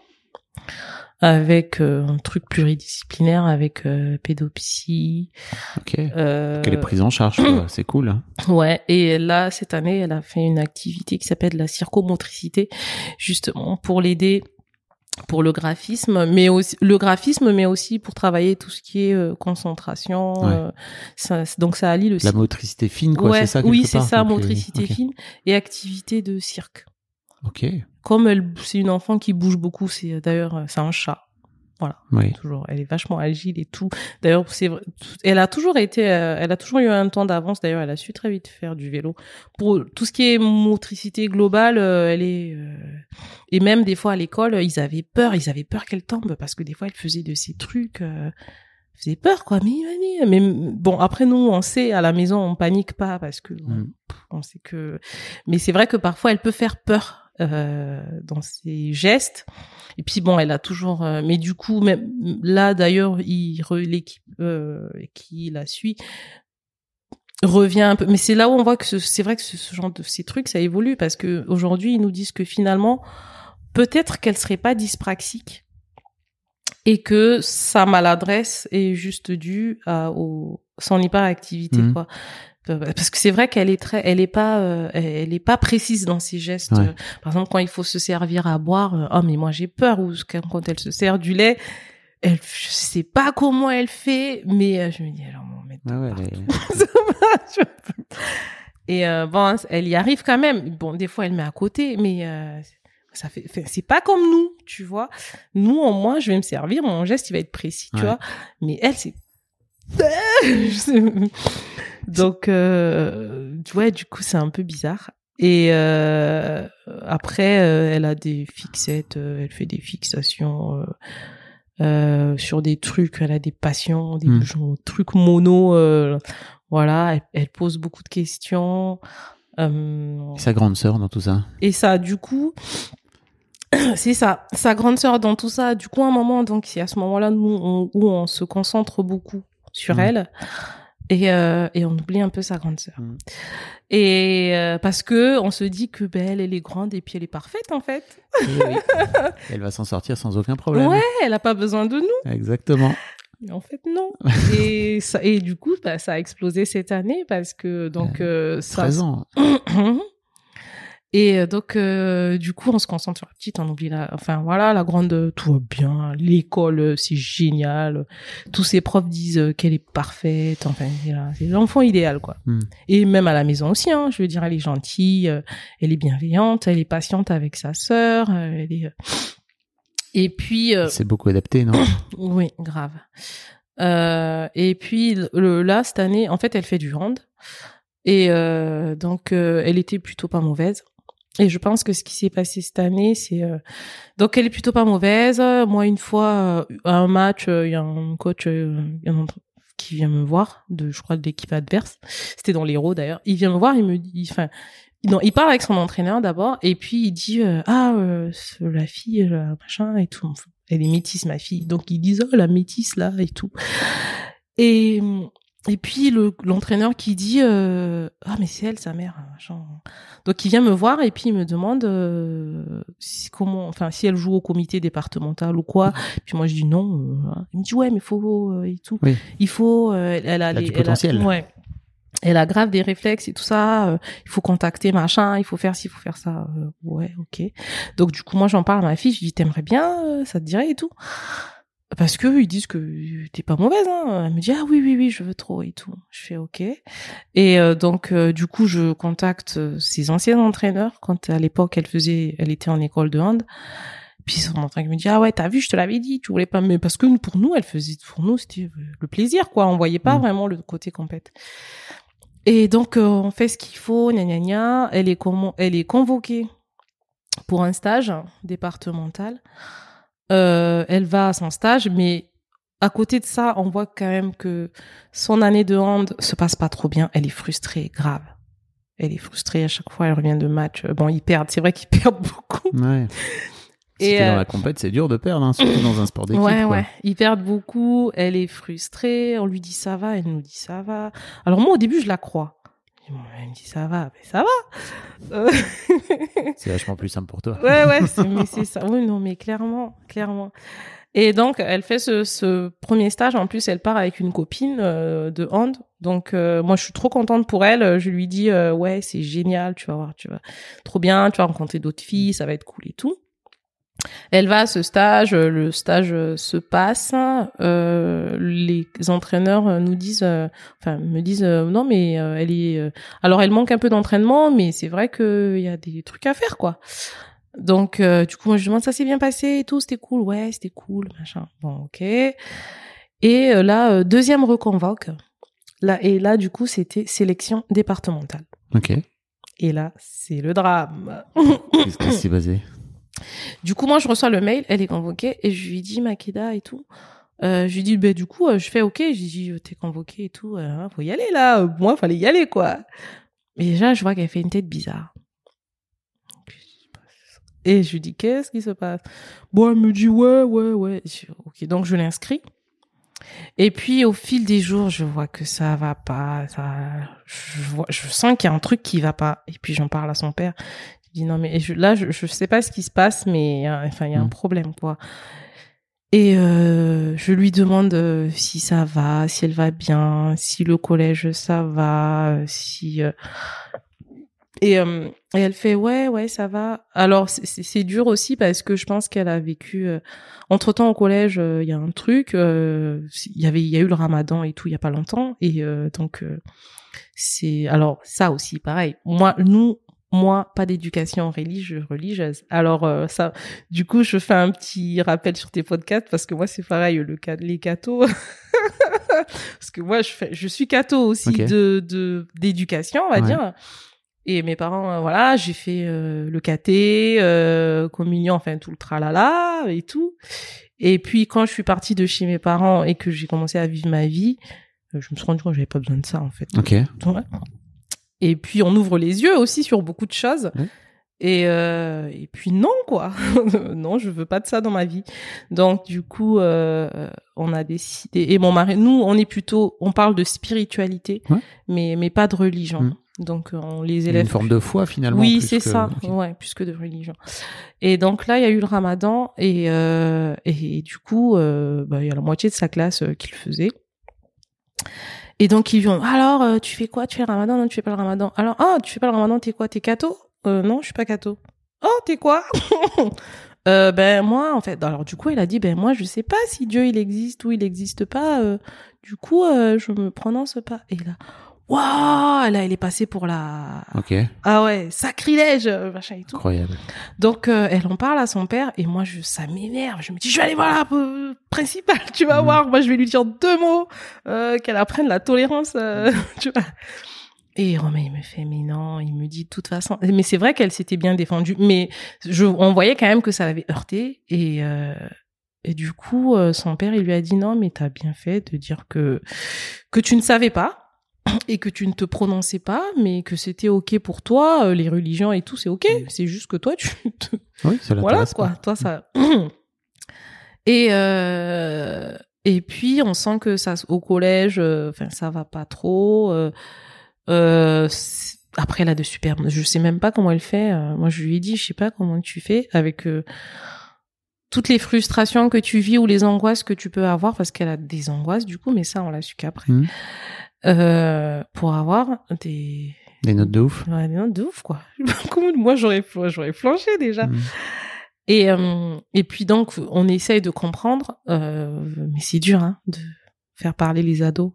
avec euh, un truc pluridisciplinaire, avec euh, pédopsie. Ok. Euh, Qu'elle est prise en charge, quoi. C'est cool. Hein. Ouais. Et là, cette année, elle a fait une activité qui s'appelle la circomotricité, justement pour l'aider pour le graphisme, mais aussi le graphisme, mais aussi pour travailler tout ce qui est euh, concentration. Ouais. Euh, ça, donc ça allie le la motricité fine, quoi. Ouais, c'est ça. Oui, c'est part, ça, donc, motricité okay. fine et activité de cirque. Ok. Comme elle, c'est une enfant qui bouge beaucoup. C'est d'ailleurs, c'est un chat. Voilà. Oui. Toujours. Elle est vachement agile et tout. D'ailleurs, c'est vrai. Elle a toujours été, euh, elle a toujours eu un temps d'avance. D'ailleurs, elle a su très vite faire du vélo. Pour tout ce qui est motricité globale, euh, elle est, euh... et même des fois à l'école, ils avaient peur, ils avaient peur qu'elle tombe parce que des fois, elle faisait de ces trucs, euh... elle faisait peur, quoi. Mais, mais, mais bon, après nous, on sait, à la maison, on panique pas parce que, mm. on, on sait que, mais c'est vrai que parfois, elle peut faire peur. Euh, dans ses gestes et puis bon elle a toujours euh, mais du coup même là d'ailleurs il re, l'équipe euh, qui la suit revient un peu mais c'est là où on voit que ce, c'est vrai que ce, ce genre de ces trucs ça évolue parce que aujourd'hui ils nous disent que finalement peut-être qu'elle serait pas dyspraxique et que sa maladresse est juste due à au, son hyperactivité mmh. quoi. Parce que c'est vrai qu'elle est très, elle est pas, euh, elle est pas précise dans ses gestes. Ouais. Par exemple, quand il faut se servir à boire, euh, oh mais moi j'ai peur ou quand elle se sert du lait, elle, je sais pas comment elle fait, mais euh, je me dis, alors, on met Ah ouais, elle est... Et euh, bon, elle y arrive quand même. Bon, des fois, elle met à côté, mais euh, ça fait, fait, c'est pas comme nous, tu vois. Nous, au moins, je vais me servir, mon geste, il va être précis, tu ouais. vois. Mais elle, c'est... Donc, euh, ouais, du coup, c'est un peu bizarre. Et euh, après, euh, elle a des fixettes, euh, elle fait des fixations euh, euh, sur des trucs, elle a des passions, des Mm. genre, trucs mono. Euh, voilà, elle, elle pose beaucoup de questions. Euh, Et sa grande sœur dans tout ça. et ça, du coup, c'est ça, sa grande sœur dans tout ça. Du coup, à un moment, donc, c'est à ce moment-là nous, on, où on se concentre beaucoup sur Mm. elle. Et, euh, et on oublie un peu sa grande sœur. Mm. Et euh, parce que on se dit que ben elle, elle est grande et puis elle est parfaite en fait. Et oui. Elle va s'en sortir sans aucun problème. Ouais, elle a pas besoin de nous. Exactement. Mais en fait non. et ça et du coup bah, ça a explosé cette année parce que donc euh, ça. treize ans. Et donc, euh, du coup, on se concentre sur la petite, on oublie la... Enfin, voilà, la grande, tout va bien. L'école, c'est génial. Tous ses profs disent qu'elle est parfaite. Enfin, c'est l'enfant idéal, quoi. Mm. Et même à la maison aussi, hein. Je veux dire, elle est gentille, elle est bienveillante, elle est patiente avec sa sœur. Elle est... Et puis... Euh... C'est beaucoup adapté, non? Oui, grave. Euh, et puis, le, là, cette année, en fait, elle fait du hand. Et euh, donc, euh, elle était plutôt pas mauvaise. Et je pense que ce qui s'est passé cette année, c'est... Euh... Donc, elle est plutôt pas mauvaise. Moi, une fois, euh, à un match, il euh, y a un coach euh, y a un qui vient me voir, de, je crois, de l'équipe adverse. C'était dans l'Hérault, d'ailleurs. Il vient me voir, il me dit... Enfin, non, il parle avec son entraîneur, d'abord, et puis il dit euh, « Ah, euh, la fille, la machin, et tout. Elle est métisse, ma fille. » Donc, ils disent « Oh, la métisse, là, et tout. » Et... Et puis le l'entraîneur qui dit euh, ah mais c'est elle sa mère genre. Donc il vient me voir et puis il me demande euh, si, comment enfin si elle joue au comité départemental ou quoi. Puis moi je dis non. Euh, il me dit ouais mais faut euh, et tout. Oui. Il faut euh, elle, elle a, elle a les, du potentiel. Elle a, ouais. Elle a grave des réflexes et tout ça. Euh, il faut contacter machin. Il faut faire ci, il faut faire ça. Euh, ouais ok. Donc du coup moi j'en parle à ma fille. Je dis t'aimerais bien euh, ça te dirait et tout. Parce que ils disent que t'es pas mauvaise, hein. Elle me dit ah oui oui oui je veux trop et tout. Je fais ok. Et euh, donc euh, du coup je contacte euh, ses anciens entraîneurs quand à l'époque elle faisait, elle était en école de hand. Puis son entraîneur me dit ah ouais t'as vu je te l'avais dit tu voulais pas mais parce que pour nous elle faisait pour nous c'était le plaisir quoi on voyait pas mmh. vraiment le côté compète. Et donc euh, on fait ce qu'il faut gna gna gna. Elle est comment elle est convoquée pour un stage départemental. Euh, elle va à son stage, mais à côté de ça, on voit quand même que son année de hand se passe pas trop bien. Elle est frustrée, grave. Elle est frustrée à chaque fois. Elle revient de match. Bon, ils perdent. C'est vrai qu'ils perdent beaucoup. Ouais. Et euh... dans la compète, c'est dur de perdre, hein, surtout dans un sport d'équipe. Ouais, quoi. ouais. Ils perdent beaucoup. Elle est frustrée. On lui dit ça va. Elle nous dit ça va. Alors moi, au début, je la crois. Elle me dit ça va, mais ça va. Euh... c'est vachement plus simple pour toi. Ouais, ouais, c'est, mais c'est ça. Oui, non, mais clairement, clairement. Et donc, elle fait ce, ce premier stage. En plus, elle part avec une copine euh, de hand. Donc, euh, moi, je suis trop contente pour elle. Je lui dis, euh, ouais, c'est génial, tu vas voir, tu vas trop bien, tu vas rencontrer d'autres filles, ça va être cool et tout. Elle va à ce stage, le stage se passe, euh, les entraîneurs nous disent, euh, enfin me disent euh, non mais euh, elle est, euh... alors elle manque un peu d'entraînement, mais c'est vrai que il y a des trucs à faire quoi. Donc euh, du coup moi je demande ça s'est bien passé et tout, c'était cool, ouais c'était cool machin. Bon ok. Et euh, là euh, deuxième reconvoque, là et là du coup c'était sélection départementale. Ok. Et là c'est le drame. Qu'est-ce qui s'est passé? Du coup, moi, je reçois le mail, elle est convoquée, et je lui dis, Makeda et tout. Euh, je lui dis, bah, du coup, euh, je fais OK. Je lui dis, t'es convoquée et tout, euh, faut y aller, là. Moi, fallait y aller, quoi. Et déjà, je vois qu'elle fait une tête bizarre. Et je lui dis, qu'est-ce qui se passe? Bon, elle me dit, ouais, ouais, ouais. Je, OK, donc je l'inscris. Et puis, au fil des jours, je vois que ça va pas, ça, je vois, je sens qu'il y a un truc qui va pas. Et puis, j'en parle à son père. Je dis non mais je, là je je sais pas ce qui se passe mais euh, enfin il y a un problème quoi. Et euh, je lui demande euh, si ça va, si elle va bien, si le collège ça va, si euh... Et, euh, et elle fait ouais ouais ça va. Alors c'est, c'est, c'est dur aussi parce que je pense qu'elle a vécu euh, entre temps au collège il euh, y a un truc il euh, y avait il y a eu le Ramadan et tout il y a pas longtemps et euh, donc euh, c'est alors ça aussi pareil. Moi nous moi pas d'éducation religieuse religieuse. Alors euh, ça du coup je fais un petit rappel sur tes podcasts parce que moi c'est pareil le cas les cathos. Parce que moi je fais je suis catho aussi okay. de de d'éducation on va ouais. dire. Et mes parents, euh, voilà, j'ai fait euh, le caté, euh, communion, enfin tout le tralala et tout. Et puis quand je suis partie de chez mes parents et que j'ai commencé à vivre ma vie, euh, je me suis rendu compte que j'avais pas besoin de ça en fait. Ok. Ouais. Et puis on ouvre les yeux aussi sur beaucoup de choses. Ouais. Et euh, et puis non quoi, non je veux pas de ça dans ma vie. Donc du coup euh, on a décidé et mon mari, nous on est plutôt, on parle de spiritualité, ouais. mais mais pas de religion. Mmh. Donc on les élève. Une forme de foi finalement. Oui, plus c'est que... ça. Okay. Ouais, plus que de religion. Et donc là, il y a eu le Ramadan et euh, et, et du coup, euh, bah il y a la moitié de sa classe euh, qui le faisait. Et donc ils lui ont alors euh, tu fais quoi? Tu fais le Ramadan? Non, tu fais pas le Ramadan. Alors ah, tu fais pas le Ramadan, t'es quoi? T'es catho? Euh, non, je suis pas catho. Oh, t'es quoi? euh, ben moi en fait. Alors du coup, elle a dit ben moi je sais pas si Dieu il existe ou il existe pas. Euh, du coup, euh, je me prononce pas. Et là. Waouh, là, elle est passée pour la... Ok. Ah ouais, sacrilège, machin et tout. Incroyable. Donc, euh, elle en parle à son père et moi, je, ça m'énerve. Je me dis, je vais aller voir la euh, principale, tu vas mmh. voir. Moi, je vais lui dire deux mots, euh, qu'elle apprenne la tolérance, euh, tu vois. Et Romain, il me fait, mais non, il me dit de toute façon... Mais c'est vrai qu'elle s'était bien défendue, mais je, on voyait quand même que ça l'avait heurté et... Euh, Et du coup, euh, son père, il lui a dit, non, mais t'as bien fait de dire que, que tu ne savais pas. Et que tu ne te prononçais pas, mais que c'était ok pour toi, euh, les religions et tout, c'est ok. C'est juste que toi, tu te... Oui, ça l'intéresse voilà, quoi. Pas. Toi, ça... et, euh... et puis, on sent que ça, au collège, enfin, euh, ça va pas trop. Euh... Euh... Après, elle a de super... Je sais même pas comment elle fait. Euh... Moi, je lui ai dit, je sais pas comment tu fais avec... Euh... toutes les frustrations que tu vis ou les angoisses que tu peux avoir, parce qu'elle a des angoisses, du coup, mais ça, on l'a su qu'après. Mmh. Euh, pour avoir des... Des notes de ouf. Ouais, des notes de ouf, quoi. Moi, j'aurais, j'aurais flanché, déjà. Mmh. Et, euh, et puis, donc, on essaye de comprendre, euh, mais c'est dur, hein, de faire parler les ados.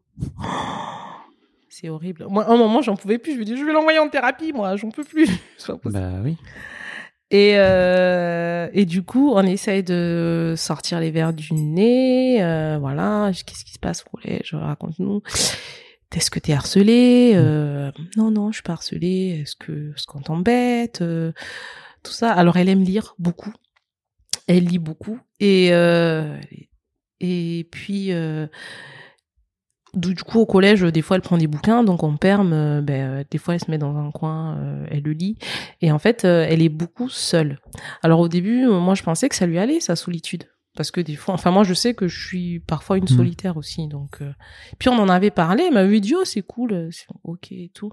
C'est horrible. Moi, à un moment, j'en pouvais plus. Je me dis, je vais l'envoyer en thérapie, moi, j'en peux plus. C'est pas possible. Bah oui. Et, euh, et du coup, on essaye de sortir les verres du nez. Euh, voilà, qu'est-ce qui se passe au collège? Raconte-nous. Est-ce que t'es harcelée? euh, Non, non, je suis pas harcelée. Est-ce que ce qu'on t'embête? euh, Tout ça. Alors, elle aime lire beaucoup. Elle lit beaucoup. Et euh, et puis, euh, du coup, au collège, des fois, elle prend des bouquins. Donc, en perme, euh, ben, des fois, elle se met dans un coin, euh, elle le lit. Et en fait, euh, elle est beaucoup seule. Alors, au début, moi, je pensais que ça lui allait, sa solitude. Parce que des fois, enfin moi je sais que je suis parfois une solitaire mmh. aussi, donc. Euh... Puis on en avait parlé, elle m'a dit oh c'est cool, c'est ok et tout.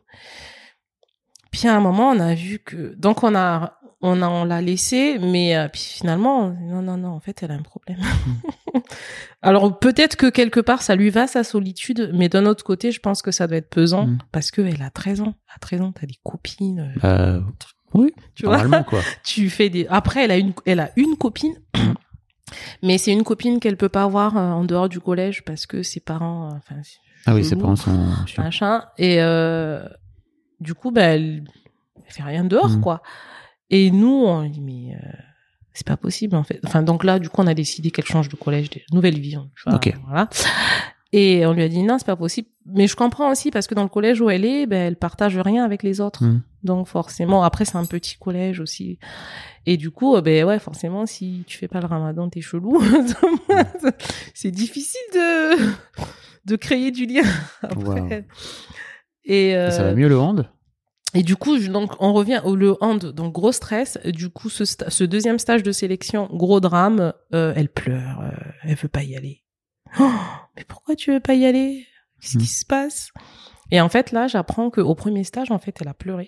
Puis à un moment on a vu que, donc on a, on a, on l'a laissé, mais euh, puis finalement non non non en fait elle a un problème. Mmh. Alors peut-être que quelque part ça lui va sa solitude, mais d'un autre côté je pense que ça doit être pesant mmh. parce que elle a treize ans, à treize ans t'as des copines. Euh, oui. Tu vois. Normalement quoi. Tu fais des. Après elle a une, elle a une copine. Mais c'est une copine qu'elle peut pas avoir euh, en dehors du collège parce que ses parents, euh, enfin, ah oui, ses parents sont machin. Et euh, du coup, bah, elle, elle fait rien dehors, mmh. quoi. Et nous, on dit mais euh, c'est pas possible en fait. Enfin, donc là, du coup, on a décidé qu'elle change de collège, de nouvelle vie. Tu vois, okay. Voilà. Et on lui a dit non, c'est pas possible. Mais je comprends aussi parce que dans le collège où elle est, ben elle partage rien avec les autres. Mmh. Donc forcément, après c'est un petit collège aussi. Et du coup, ben ouais, forcément, si tu fais pas le Ramadan, t'es chelou. C'est difficile de de créer du lien. Après. Wow. Et, euh... Et ça va mieux le hand? Et du coup, je, donc on revient au le hand, donc gros stress. Du coup, ce, sta- ce deuxième stage de sélection, gros drame. Euh, elle pleure, euh, elle veut pas y aller. Oh, mais pourquoi tu veux pas y aller? Qu'est-ce mmh. qui se passe? Et en fait, là, j'apprends qu'au premier stage, en fait, elle a pleuré.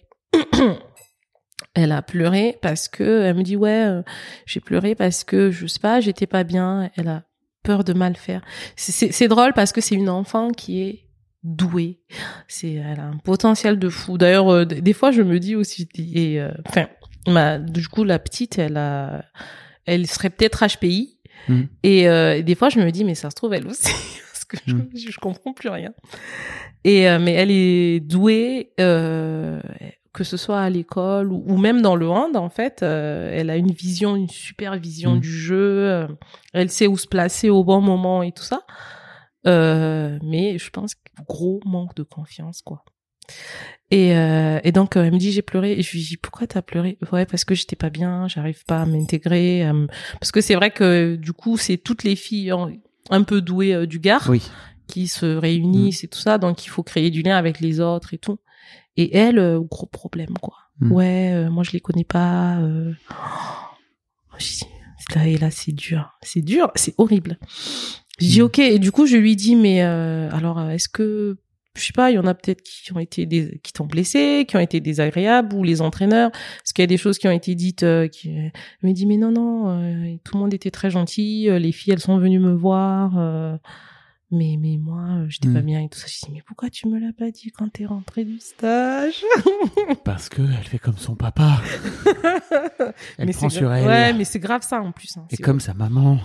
Elle a pleuré parce que, elle me dit, ouais, euh, j'ai pleuré parce que, je sais pas, j'étais pas bien. Elle a peur de mal faire. C'est, c'est, c'est drôle parce que c'est une enfant qui est douée. C'est, elle a un potentiel de fou. D'ailleurs, euh, des fois, je me dis aussi, et enfin, euh, ma, du coup, la petite, elle a, elle serait peut-être H P I. Mmh. Et, euh, et des fois, je me dis, mais ça se trouve, elle aussi, parce que je, mmh. je, je comprends plus rien. Et euh, mais elle est douée, euh, que ce soit à l'école ou, ou même dans le hand, en fait, euh, elle a une vision, une super vision mmh. du jeu. Euh, elle sait où se placer au bon moment et tout ça. Euh, mais je pense gros manque de confiance, quoi. Et, euh, et donc, euh, elle me dit, j'ai pleuré. Et je lui dis, pourquoi t'as pleuré? Ouais, parce que j'étais pas bien, j'arrive pas à m'intégrer. À me... Parce que c'est vrai que, du coup, c'est toutes les filles un peu douées euh, du Gard oui. qui se réunissent mmh. et tout ça. Donc, il faut créer du lien avec les autres et tout. Et elle, euh, gros problème, quoi. Mmh. Ouais, euh, moi, je les connais pas. Euh... Oh, je dis, là, et là, c'est dur. C'est dur, c'est horrible. Je dis, ok. Et du coup, je lui dis, mais euh, alors, est-ce que... je sais pas, il y en a peut-être qui ont été des, qui t'ont blessé, qui ont été désagréables, ou les entraîneurs. Parce qu'il y a des choses qui ont été dites, euh, qui elle me dit, mais non, non, euh, tout le monde était très gentil, euh, les filles, elles sont venues me voir, euh, mais, mais moi, euh, j'étais mmh. pas bien et tout ça. Je dis, mais pourquoi tu me l'as pas dit quand t'es rentrée du stage? Parce que elle fait comme son papa. Elle mais prend sur gra- elle. Ouais, mais c'est grave ça, en plus. Hein. Et comme horrible. Sa maman.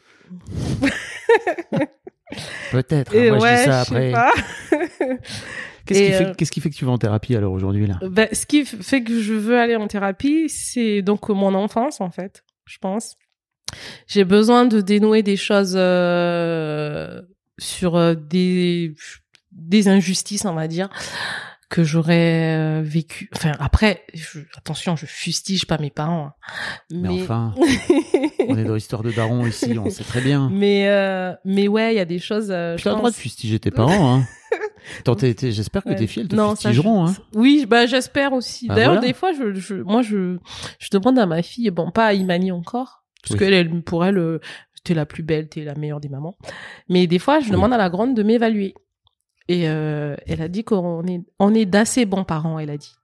Peut-être, hein, moi ouais, je dis ça après. Qu'est-ce qui, euh, fait, qu'est-ce qui fait que tu vas en thérapie alors aujourd'hui là? Ben, ce qui fait que je veux aller en thérapie, c'est donc mon enfance en fait, je pense. J'ai besoin de dénouer des choses euh, sur euh, des, des injustices, on va dire, que j'aurais euh, vécu. Enfin, après, je, attention, je fustige pas mes parents. Hein. Mais, mais enfin, on est dans l'histoire de daron ici, on sait très bien. Mais, euh, mais ouais, il y a des choses... Euh, tu as le droit de fustiger tes parents, hein. Attends, t'es, t'es, j'espère que ouais. tes filles, elles te non, fustigeront. Ça, je... hein. Oui, bah, j'espère aussi. Ah, D'ailleurs, voilà. des fois, je, je, moi, je, je demande à ma fille, bon, pas à Imani encore, parce oui. qu'elle, elle, pour elle, euh, t'es la plus belle, t'es la meilleure des mamans. Mais des fois, je oui. demande à la grande de m'évaluer. Et euh, elle a dit qu'on est, on est d'assez bons parents, elle a dit.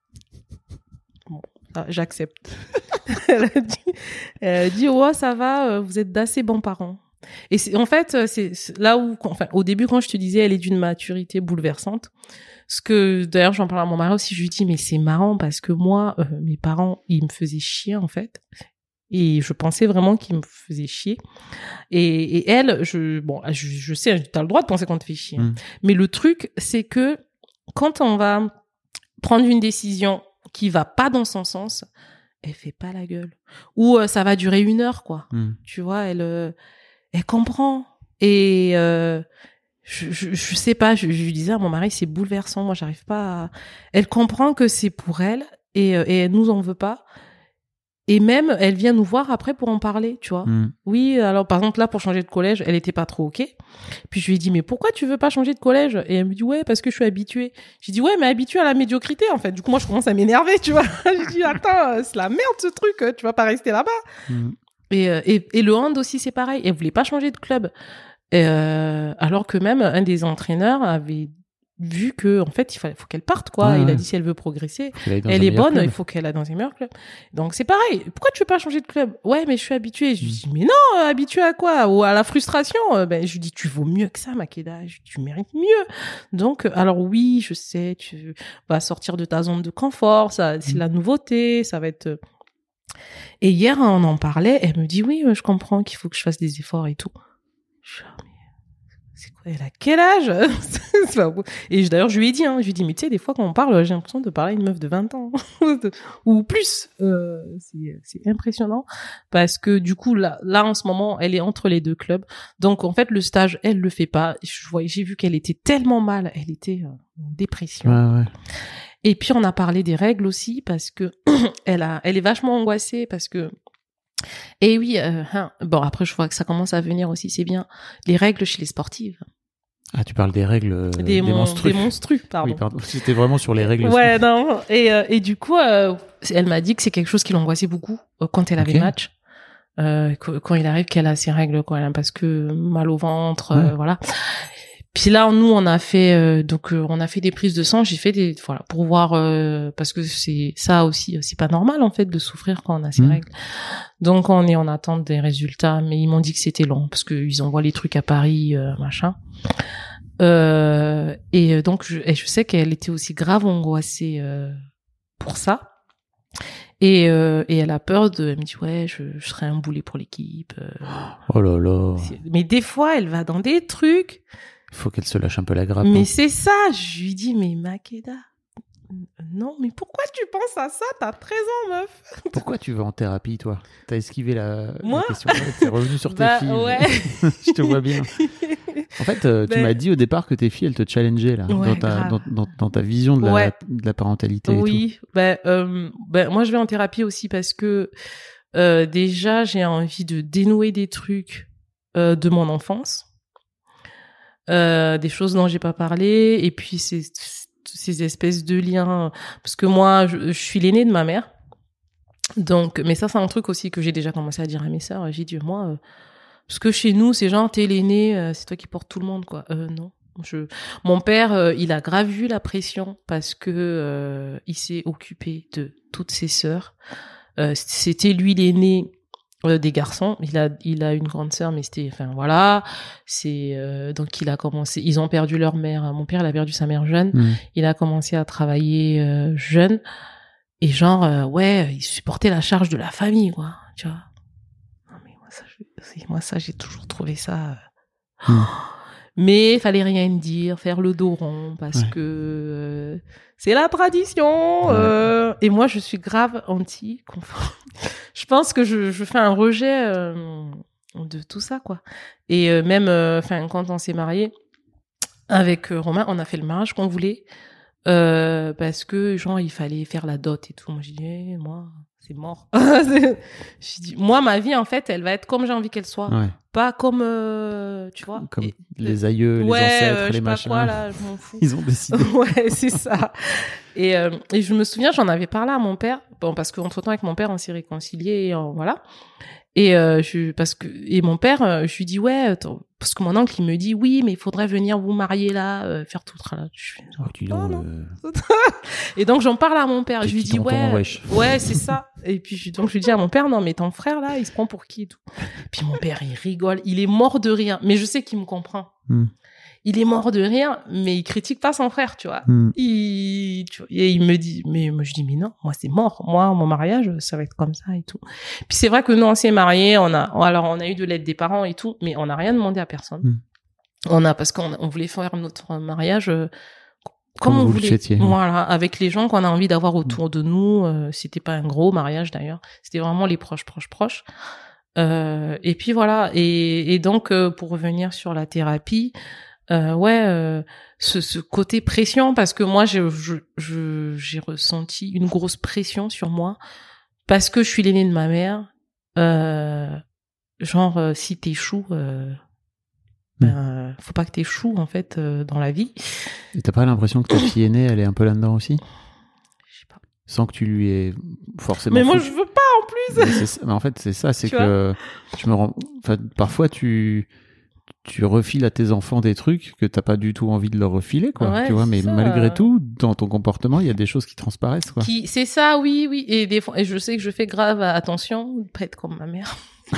Bon, ah, j'accepte. elle a dit, elle a dit, ouais, ça va, vous êtes d'assez bons parents. Et c'est, en fait, c'est, c'est là où, enfin, au début, quand je te disais, elle est d'une maturité bouleversante. Ce que, d'ailleurs, j'en parle à mon mari aussi, je lui dis, mais c'est marrant parce que moi, euh, mes parents, ils me faisaient chier, en fait. Et je pensais vraiment qu'ils me faisaient chier. Et, et elle, je, bon, je, je sais, t'as le droit de penser qu'on te fait chier. Mmh. Mais le truc, c'est que quand on va prendre une décision qui va pas dans son sens, elle fait pas la gueule. Ou euh, ça va durer une heure, quoi. Mmh. Tu vois, elle, euh, elle comprend. Et euh, je, je, je sais pas, je, je lui disais à mon mari, c'est bouleversant. Moi, j'arrive pas à... Elle comprend que c'est pour elle et, et elle nous en veut pas. Et même, elle vient nous voir après pour en parler, tu vois. Mmh. Oui, alors par exemple, là, pour changer de collège, elle était pas trop OK. Puis je lui ai dit, mais pourquoi tu veux pas changer de collège? Et elle me dit, ouais, parce que je suis habituée. J'ai dit, ouais, mais habituée à la médiocrité, en fait. Du coup, moi, je commence à m'énerver, tu vois. J'ai dit, attends, c'est la merde, ce truc, tu vas pas rester là-bas. Mmh. Et, et, et le hand aussi, c'est pareil. Elle voulait pas changer de club. Et euh, alors que même un des entraîneurs avait vu que en fait il faut, faut qu'elle parte quoi. Ouais, il ouais. a dit si elle veut progresser, elle est bonne, club. Il faut qu'elle aille dans un meilleur club. Donc c'est pareil. Pourquoi tu veux pas changer de club? Ouais, mais je suis habituée. Je lui dis mais non, habituée à quoi? Ou à la frustration? Ben je lui dis tu vaux mieux que ça, Makeda. Tu mérites mieux. Donc alors oui, je sais, tu vas sortir de ta zone de confort. Ça, c'est mmh. la nouveauté. Ça va être. Et hier on en parlait. Elle me dit oui, je comprends qu'il faut que je fasse des efforts et tout. Je c'est quoi, elle a quel âge? C'est pas beau. Et d'ailleurs, je lui ai dit, hein, je lui ai dit, mais tu sais, des fois, quand on parle, j'ai l'impression de parler à une meuf de vingt ans. Ou plus. Euh, c'est, c'est impressionnant. Parce que, du coup, là, là, en ce moment, elle est entre les deux clubs. Donc, en fait, le stage, elle le fait pas. Je voyais, j'ai vu qu'elle était tellement mal. Elle était euh, en dépression. Ouais, ouais. Et puis, on a parlé des règles aussi, parce que elle a, elle est vachement angoissée, parce que et oui, euh, hein, bon après je vois que ça commence à venir aussi, c'est bien les règles chez les sportives. Ah, tu parles des règles euh, des, des mon, monstrues. Des monstrues, pardon. Oui, pardon. C'était vraiment sur les règles. Ouais, aussi. non. Et euh, et du coup, euh, elle m'a dit que c'est quelque chose qui l'angoissait beaucoup euh, quand elle avait okay. match, euh, quand il arrive qu'elle a ses règles quoi, parce que mal au ventre, ouais. euh, voilà. Puis là, nous, on a fait euh, donc euh, on a fait des prises de sang. J'ai fait des voilà pour voir euh, parce que c'est ça aussi, c'est pas normal en fait de souffrir quand on a ces mmh. règles. Donc on est en attente des résultats, mais ils m'ont dit que c'était long parce que ils envoient les trucs à Paris, euh, machin. Euh, et donc, je, et je sais qu'elle était aussi grave angoissée euh, pour ça. Et, euh, et elle a peur de... Elle me dit, ouais, je, je serai un boulet pour l'équipe. Euh, oh là là. Mais des fois, elle va dans des trucs... Il faut qu'elle se lâche un peu la grappe. Mais hein. c'est ça. Je lui dis, mais Makeda, non, mais pourquoi tu penses à ça? T'as treize ans, meuf. Pourquoi tu vas en thérapie, toi? T'as esquivé la, Moi la question. T'es revenu sur tes bah, filles. Ouais. Je te vois bien. En fait, euh, tu ben... m'as dit au départ que tes filles, elles te challengeaient là, ouais, dans, ta, dans, dans, dans ta vision de la, ouais. de la parentalité. Oui, et tout. Ben, euh, ben, moi je vais en thérapie aussi parce que euh, déjà j'ai envie de dénouer des trucs euh, de mon enfance, euh, des choses dont j'ai pas parlé, et puis ces, ces espèces de liens. Parce que moi, je, je suis l'aînée de ma mère, donc, mais ça c'est un truc aussi que j'ai déjà commencé à dire à mes sœurs. J'ai dit moi. Euh, Parce que chez nous, c'est genre, t'es l'aîné, euh, c'est toi qui portes tout le monde, quoi. Euh, non. Je... Mon père, euh, il a grave eu la pression parce que euh, il s'est occupé de toutes ses sœurs. Euh, c'était lui l'aîné euh, des garçons. Il a, il a une grande sœur, mais c'était, enfin voilà. C'est euh, donc il a commencé. Ils ont perdu leur mère. Mon père, il a perdu sa mère jeune. Mmh. Il a commencé à travailler euh, jeune et genre, euh, ouais, il supportait la charge de la famille, quoi. Tu vois. Ça, je, moi, ça, j'ai toujours trouvé ça. Euh... Mmh. Mais il fallait rien dire, faire le dos rond, parce ouais. que euh, c'est la tradition. Ouais. Euh, et moi, je suis grave anti-conforme. Je pense que je, je fais un rejet euh, de tout ça, quoi. Et euh, même, enfin, euh, quand on s'est mariés avec euh, Romain, on a fait le mariage qu'on voulait, euh, parce que genre il fallait faire la dot et tout. Moi, j'ai dit, eh, moi. C'est mort. Je dis, moi, ma vie, en fait, elle va être comme j'ai envie qu'elle soit. Ouais. Pas comme, euh, tu vois. Comme et, les aïeux, ouais, les ancêtres, euh, les je sais machins. Pas quoi, là, je m'en fous. Ils ont décidé. Ouais, c'est ça. Et, euh, et je me souviens, j'en avais parlé à mon père. Bon, parce qu'entre-temps, avec mon père, on s'est réconciliés. Et on, voilà. Et, euh, je, parce que, et mon père, euh, je lui dis, ouais, attends, parce que mon oncle, il me dit, oui, mais il faudrait venir vous marier là, euh, faire tout le là. Je fais, oh, tu oh, non. Euh... Et donc, j'en parle à mon père. Je lui dis, ouais, wesh. ouais, c'est ça. Et puis, je, donc, je lui dis à mon père, non, mais ton frère là, il se prend pour qui et tout. Puis mon père, il rigole. Il est mort de rire. Mais je sais qu'il me comprend. Mm. Il est mort de rire, mais il critique pas son frère, tu vois. Mm. Il, tu vois, et il me dit, mais moi je dis, mais non, moi c'est mort. Moi, mon mariage, ça va être comme ça et tout. Puis c'est vrai que nous, on s'est mariés, on a, alors on a eu de l'aide des parents et tout, mais on n'a rien demandé à personne. Mm. On a, parce qu'on on voulait faire notre mariage euh, comme, comme on voulait. Voilà, avec les gens qu'on a envie d'avoir autour mm. de nous. Euh, c'était pas un gros mariage d'ailleurs. C'était vraiment les proches, proches, proches. Euh, et puis voilà. Et, et donc, euh, pour revenir sur la thérapie, Euh, ouais, euh, ce, ce côté pression, parce que moi, je, je, je, j'ai ressenti une grosse pression sur moi, parce que je suis l'aînée de ma mère. Euh, genre, euh, si t'échoues, euh, ben, euh, faut pas que t'échoues, en fait, euh, dans la vie. Et t'as pas l'impression que ta fille aînée, elle est un peu là-dedans aussi? Je sais pas. Sans que tu lui aies forcément... Mais fou... moi, je veux pas, en plus. Mais, c'est... Mais en fait, c'est ça, c'est tu que je me rends... Enfin, parfois, tu... tu refiles à tes enfants des trucs que t'as pas du tout envie de leur refiler, quoi. Ouais, tu vois, mais ça. malgré tout, dans ton comportement, il y a des choses qui transparaissent, quoi. Qui, c'est ça, oui, oui. Et des fois, et je sais que je fais grave attention de pas être comme ma mère.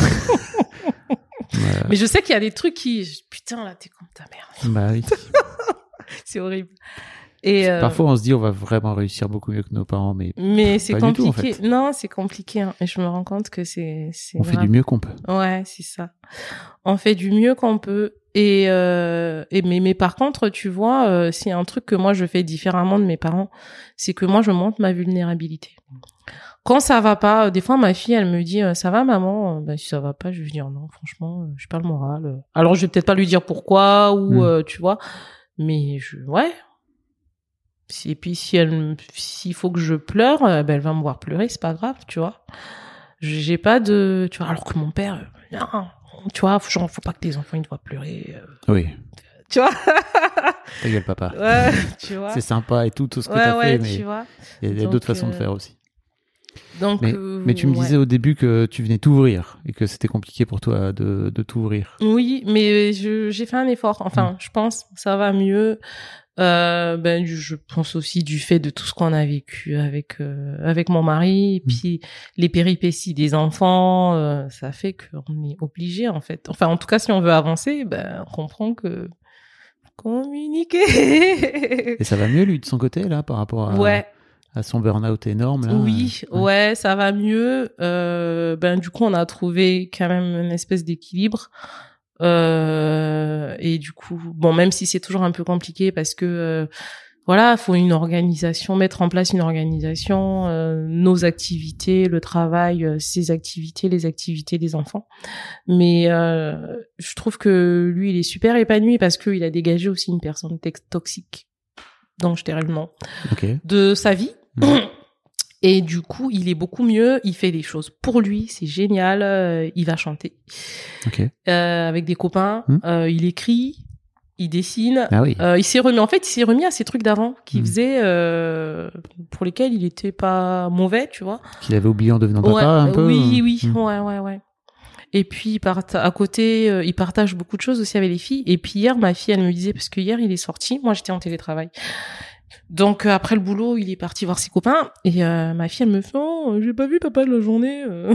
Ouais. Mais je sais qu'il y a des trucs qui, putain, là, t'es comme ta mère. Bah oui. C'est horrible. Et euh... parfois, on se dit, on va vraiment réussir beaucoup mieux que nos parents, mais. Mais c'est pas compliqué. Du tout, en fait. Non, c'est compliqué. Hein. Et je me rends compte que c'est, c'est on grave. fait du mieux qu'on peut. Ouais, c'est ça. On fait du mieux qu'on peut. Et, euh, et mais, mais par contre, tu vois, euh, c'est un truc que moi je fais différemment de mes parents, c'est que moi je montre ma vulnérabilité. Quand ça va pas, des fois ma fille elle me dit ça va maman, ben si ça va pas, je vais lui dire non, franchement, j'ai pas le moral. Alors je vais peut-être pas lui dire pourquoi ou mmh. euh, tu vois, mais je ouais. Et puis si elle, s'il faut que je pleure, ben elle va me voir pleurer, c'est pas grave, tu vois. J'ai pas de, tu vois, alors que mon père, non. Tu vois, genre, faut pas que tes enfants ils te voient pleurer. Euh... Oui. Tu vois. Ta gueule, papa. Ouais, tu vois. C'est sympa et tout, tout ce que ouais, t'as ouais, fait, mais tu vois. il y a, a d'autres euh... façons de faire aussi. Donc, mais, euh, mais tu me ouais. disais au début que tu venais t'ouvrir et que c'était compliqué pour toi de, de t'ouvrir. Oui, mais je, j'ai fait un effort. Enfin, mmh. je pense ça va mieux. Euh, ben, je pense aussi du fait de tout ce qu'on a vécu avec euh, avec mon mari, et puis mmh. les péripéties des enfants, euh, ça fait qu'on est obligé en fait. Enfin, en tout cas, si on veut avancer, ben, on comprend que communiquer. Et ça va mieux, lui, de son côté, là, par rapport à, ouais. à son burn-out énorme, là? Oui, ouais. ouais, ça va mieux. Euh, ben, du coup, on a trouvé quand même une espèce d'équilibre. Euh, et du coup, bon, même si c'est toujours un peu compliqué parce que, euh, voilà, faut une organisation, mettre en place une organisation, euh, nos activités, le travail, euh, ses activités, les activités des enfants. Mais euh, je trouve que lui, il est super épanoui parce qu'il a dégagé aussi une personne tex- toxique, dangereusement, okay. de sa vie. Mmh. Et du coup, il est beaucoup mieux. Il fait des choses pour lui, c'est génial. Euh, il va chanter okay. euh, avec des copains. Mmh. Euh, il écrit. Il dessine. Ah oui. Euh, il s'est remis. En fait, il s'est remis à ces trucs d'avant qu'il mmh. faisait, euh, pour lesquels il était pas mauvais, tu vois. Qu'il avait oublié en devenant ouais, papa un peu. Oui, oui, mmh. ouais, ouais, ouais. Et puis, il part... à côté, euh, il partage beaucoup de choses aussi avec les filles. Et puis hier, ma fille, elle me disait, parce que hier, il est sorti. Moi, j'étais en télétravail. Donc, euh, après le boulot, il est parti voir ses copains. Et euh, ma fille, elle me fait, oh, j'ai pas vu papa de la journée. Euh...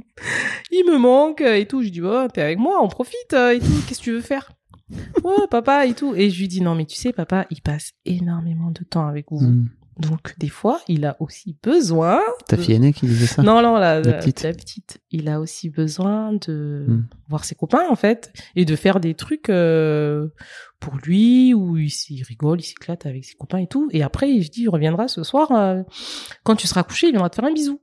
il me manque et tout. Je dis, oh, t'es avec moi, on profite et tout. Qu'est-ce que tu veux faire? Ouais, papa et tout. Et je lui dis, non, mais tu sais, papa, il passe énormément de temps avec vous. Mmh. Donc, des fois, il a aussi besoin... Ta de... fille aînée qui disait ça? Non, non, la, la, petite. la petite. Il a aussi besoin de mmh. voir ses copains, en fait, et de faire des trucs euh, pour lui, où il, il rigole, il s'éclate avec ses copains et tout. Et après, je dis, il reviendra ce soir, euh, quand tu seras couché, il viendra te faire un bisou.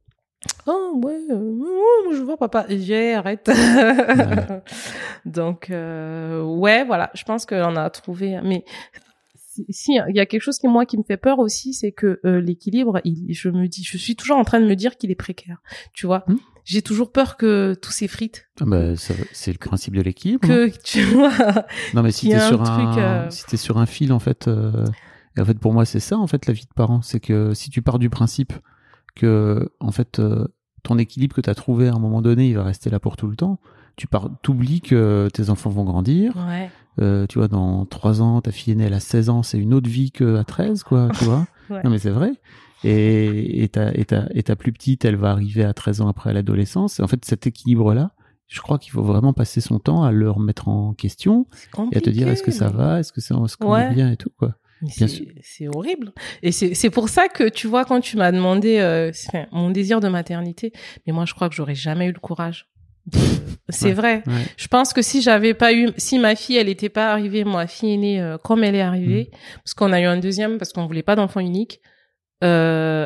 Oh ouais, euh, oh, je vois papa. J'ai arrête. Ouais. Donc euh, ouais, voilà. Je pense qu'on a trouvé. Mais si, si il y a quelque chose qui moi qui me fait peur aussi, c'est que euh, l'équilibre. Il, je me dis, je suis toujours en train de me dire qu'il est précaire. Tu vois, mmh. J'ai toujours peur que tout s'effrite. Ah bah, ça, c'est le principe de l'équilibre. Que non tu vois. Non mais si t'es sur un, truc, euh... si t'es sur un fil en fait. Euh... Et en fait, pour moi, c'est ça en fait la vie de parent, c'est que si tu pars du principe que en fait euh, ton équilibre que tu as trouvé à un moment donné, il va rester là pour tout le temps. Tu pars, t'oublies que tes enfants vont grandir. Ouais. Euh, tu vois, dans trois ans, ta fille aînée, elle a seize ans, c'est une autre vie qu'à treize, quoi, tu vois. Ouais. Non, mais c'est vrai. Et, et, ta, et, ta, et ta plus petite, elle va arriver à treize ans après l'adolescence. Et en fait, cet équilibre-là, je crois qu'il faut vraiment passer son temps à le remettre en question et à te dire est-ce que ça va, est-ce que c'est ce qu'on ouais. est bien et tout, quoi. C'est, c'est horrible. Et c'est, c'est pour ça que, tu vois, quand tu m'as demandé euh, enfin, mon désir de maternité, mais moi, je crois que j'aurais jamais eu le courage. De... C'est ouais, vrai. Ouais. Je pense que si j'avais pas eu, si ma fille, elle était pas arrivée, ma fille aînée, euh, comme elle est arrivée, mmh. parce qu'on a eu un deuxième, parce qu'on voulait pas d'enfant unique, euh,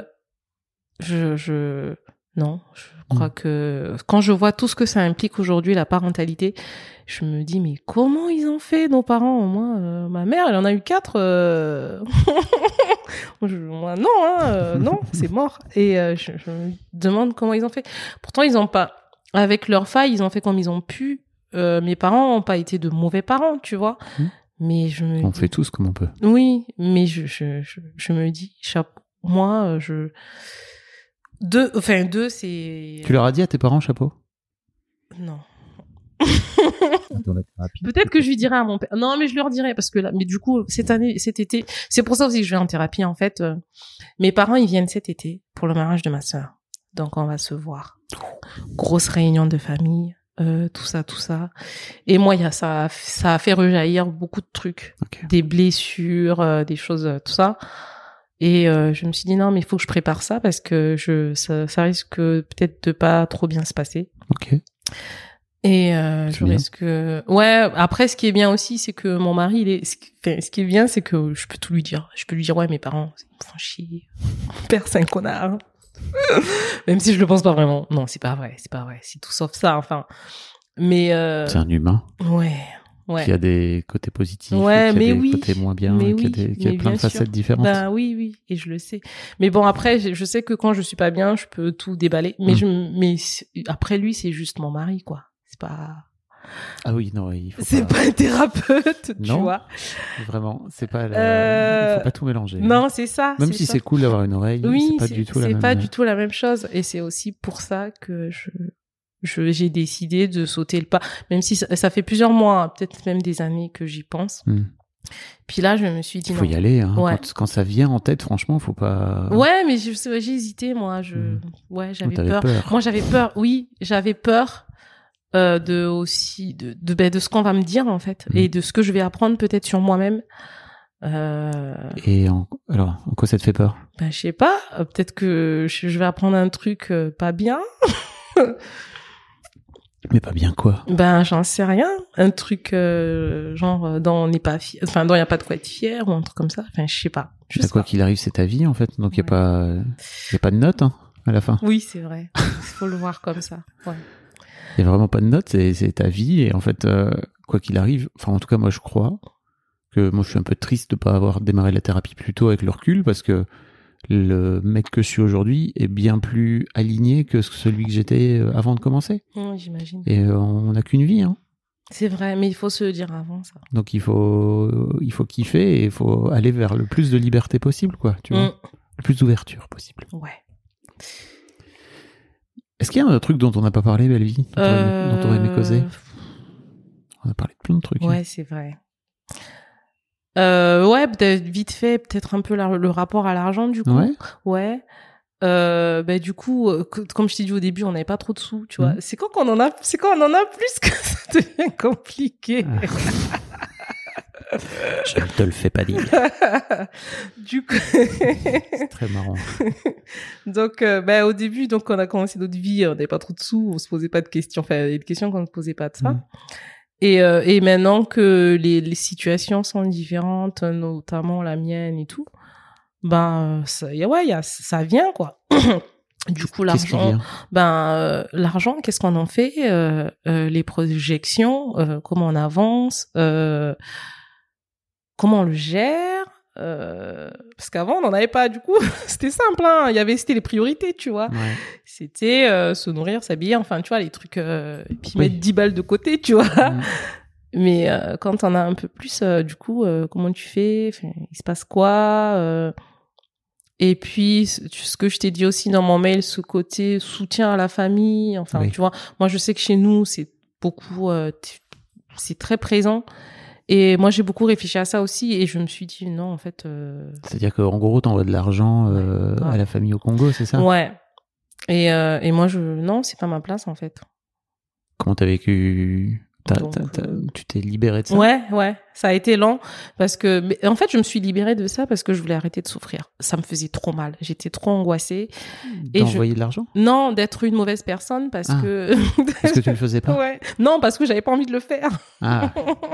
je, je, non, je crois mmh. que quand je vois tout ce que ça implique aujourd'hui, la parentalité, je me dis, mais comment ils ont fait, nos parents? Moi, euh, ma mère, elle en a eu quatre. Euh... je, moi, non, hein, euh, non, c'est mort. Et euh, je, je me demande comment ils ont fait. Pourtant, ils ont pas, avec leurs failles, ils ont fait comme ils ont pu. Euh, mes parents n'ont pas été de mauvais parents, tu vois. Mmh. Mais je me on dis... fait tous comme on peut. Oui, mais je, je, je, je me dis, chapeau. Moi, je... Deux, enfin, deux, c'est... Tu leur as dit à tes parents, chapeau? Non. Peut-être que je lui dirais à mon père. Non, mais je leur dirais parce que là, mais du coup, cette année, cet été, c'est pour ça aussi que je vais en thérapie, en fait. Euh, mes parents, ils viennent cet été pour le mariage de ma sœur. Donc, on va se voir. Grosse réunion de famille, euh, tout ça, tout ça. Et moi, il y a ça, ça a fait rejaillir beaucoup de trucs. Okay. Des blessures, euh, des choses, tout ça. Et euh, je me suis dit non, mais il faut que je prépare ça parce que je, ça, ça risque peut-être de pas trop bien se passer. Ok. Et euh, je risque. Ouais. Après, ce qui est bien aussi, c'est que mon mari, il est. Ce qui, enfin, ce qui est bien, c'est que je peux tout lui dire. Je peux lui dire ouais, mes parents, ils me font chier. Mon père, c'est un connard. Même si je le pense pas vraiment. Non, c'est pas vrai. C'est pas vrai. C'est tout sauf ça. Enfin. Mais. Euh... C'est un humain. Ouais. Ouais. Qui a des côtés positifs, ouais, qui a mais des oui. côtés moins bien, mais qui a, des, oui, qui a plein de facettes sûr. différentes. Ben oui, oui, et je le sais. Mais bon, après, je sais que quand je suis pas bien, je peux tout déballer. Mais mmh. je, mais après lui, c'est juste mon mari, quoi. C'est pas. Ah oui, non, il faut c'est pas... pas un thérapeute, tu non, vois. Vraiment, c'est pas. La... Euh... Il faut pas tout mélanger. Non, c'est ça. Même c'est si ça. c'est cool d'avoir une oreille, oui, c'est pas c'est, du tout la c'est même. pas du tout la même chose, et c'est aussi pour ça que je. Je, j'ai décidé de sauter le pas, même si ça, ça fait plusieurs mois, peut-être même des années que j'y pense. Mm. Puis là, je me suis dit il faut non. y aller. Hein. Ouais. Quand, quand ça vient en tête, franchement, faut pas. Ouais, mais je, j'ai hésité, moi. Je, mm. ouais, j'avais oh, peur. peur. Moi, j'avais peur. Oui, j'avais peur euh, de aussi de de, ben, de ce qu'on va me dire en fait mmh. et de ce que je vais apprendre peut-être sur moi-même. Euh... Et en... alors, en quoi ça te fait peur? Ben je sais pas. Euh, peut-être que je, je vais apprendre un truc euh, pas bien. Mais pas bien quoi? Ben j'en sais rien. Un truc euh, genre dont on n'est pas fier, enfin dont il y a pas de quoi être fier ou un truc comme ça. Enfin je sais pas. Je sais quoi pas. Qu'il arrive, c'est ta vie en fait. Donc il ouais. y a pas, il y a pas de note hein, à la fin. Oui c'est vrai. Il faut le voir comme ça. Ouais. Il y a vraiment pas de note. C'est, c'est ta vie et en fait euh, quoi qu'il arrive. Enfin en tout cas moi je crois que moi je suis un peu triste de pas avoir démarré la thérapie plus tôt avec le recul parce que le mec que je suis aujourd'hui est bien plus aligné que celui que j'étais avant de commencer. Oui, j'imagine. Et euh, on n'a qu'une vie, hein. C'est vrai, mais il faut se le dire avant ça. Donc il faut, il faut kiffer et il faut aller vers le plus de liberté possible, quoi. Tu vois, mm. le plus d'ouverture possible. Ouais. Est-ce qu'il y a un truc dont on n'a pas parlé, belle vie, dont euh... on aurait aimé causer? On a parlé de plein de trucs. Ouais, hein. C'est vrai. Euh, ouais, peut-être vite fait, peut-être un peu la, le rapport à l'argent du coup. Ouais. Ouais. Euh, bah du coup, euh, comme je t'ai dit au début, on n'avait pas trop de sous, tu vois. Mmh. C'est quand qu'on en a, c'est quand on en a plus que ça devient compliqué. Ah. Je ne te le fais pas dire. Du coup, c'est très marrant. Donc, euh, bah au début, donc on a commencé notre vie, on n'avait pas trop de sous, on se posait pas de questions, enfin, il y avait des questions qu'on ne se posait pas de ça. Mmh. Et, euh, et maintenant que les, les situations sont différentes, notamment la mienne et tout, ben, ça, y a, ouais, y a, ça vient, quoi. Du coup, l'argent, ben, euh, l'argent, qu'est-ce qu'on en fait? euh, euh, Les projections, euh, comment on avance, euh, comment on le gère, euh, parce qu'avant, on n'en avait pas, du coup, c'était simple, hein. Il y avait, c'était les priorités, tu vois. Ouais. C'était euh, se nourrir, s'habiller, enfin, tu vois, les trucs, euh, et puis oui. mettre dix balles de côté, tu vois. Mmh. Mais euh, quand on a un peu plus, euh, du coup, euh, comment tu fais? Enfin, il se passe quoi? euh... Et puis, ce que je t'ai dit aussi dans mon mail, ce côté soutien à la famille, enfin, oui. tu vois, moi, je sais que chez nous, c'est beaucoup, euh, c'est très présent. Et moi, j'ai beaucoup réfléchi à ça aussi, et je me suis dit, non, en fait... Euh... C'est-à-dire qu'en gros, t'envoies de l'argent euh, ouais, à la famille au Congo, c'est ça? Ouais. Et, euh, et moi, je non, c'est pas ma place, en fait. Comment t'as vécu... T'as, Donc, t'as, t'as, tu t'es libérée de ça? Ouais, ouais. Ça a été lent, parce que... Mais en fait, je me suis libérée de ça parce que je voulais arrêter de souffrir. Ça me faisait trop mal. J'étais trop angoissée. D'envoyer je... de l'argent? Non, d'être une mauvaise personne, parce ah. que... Parce que tu le faisais pas? Ouais. Non, parce que j'avais pas envie de le faire. Ah.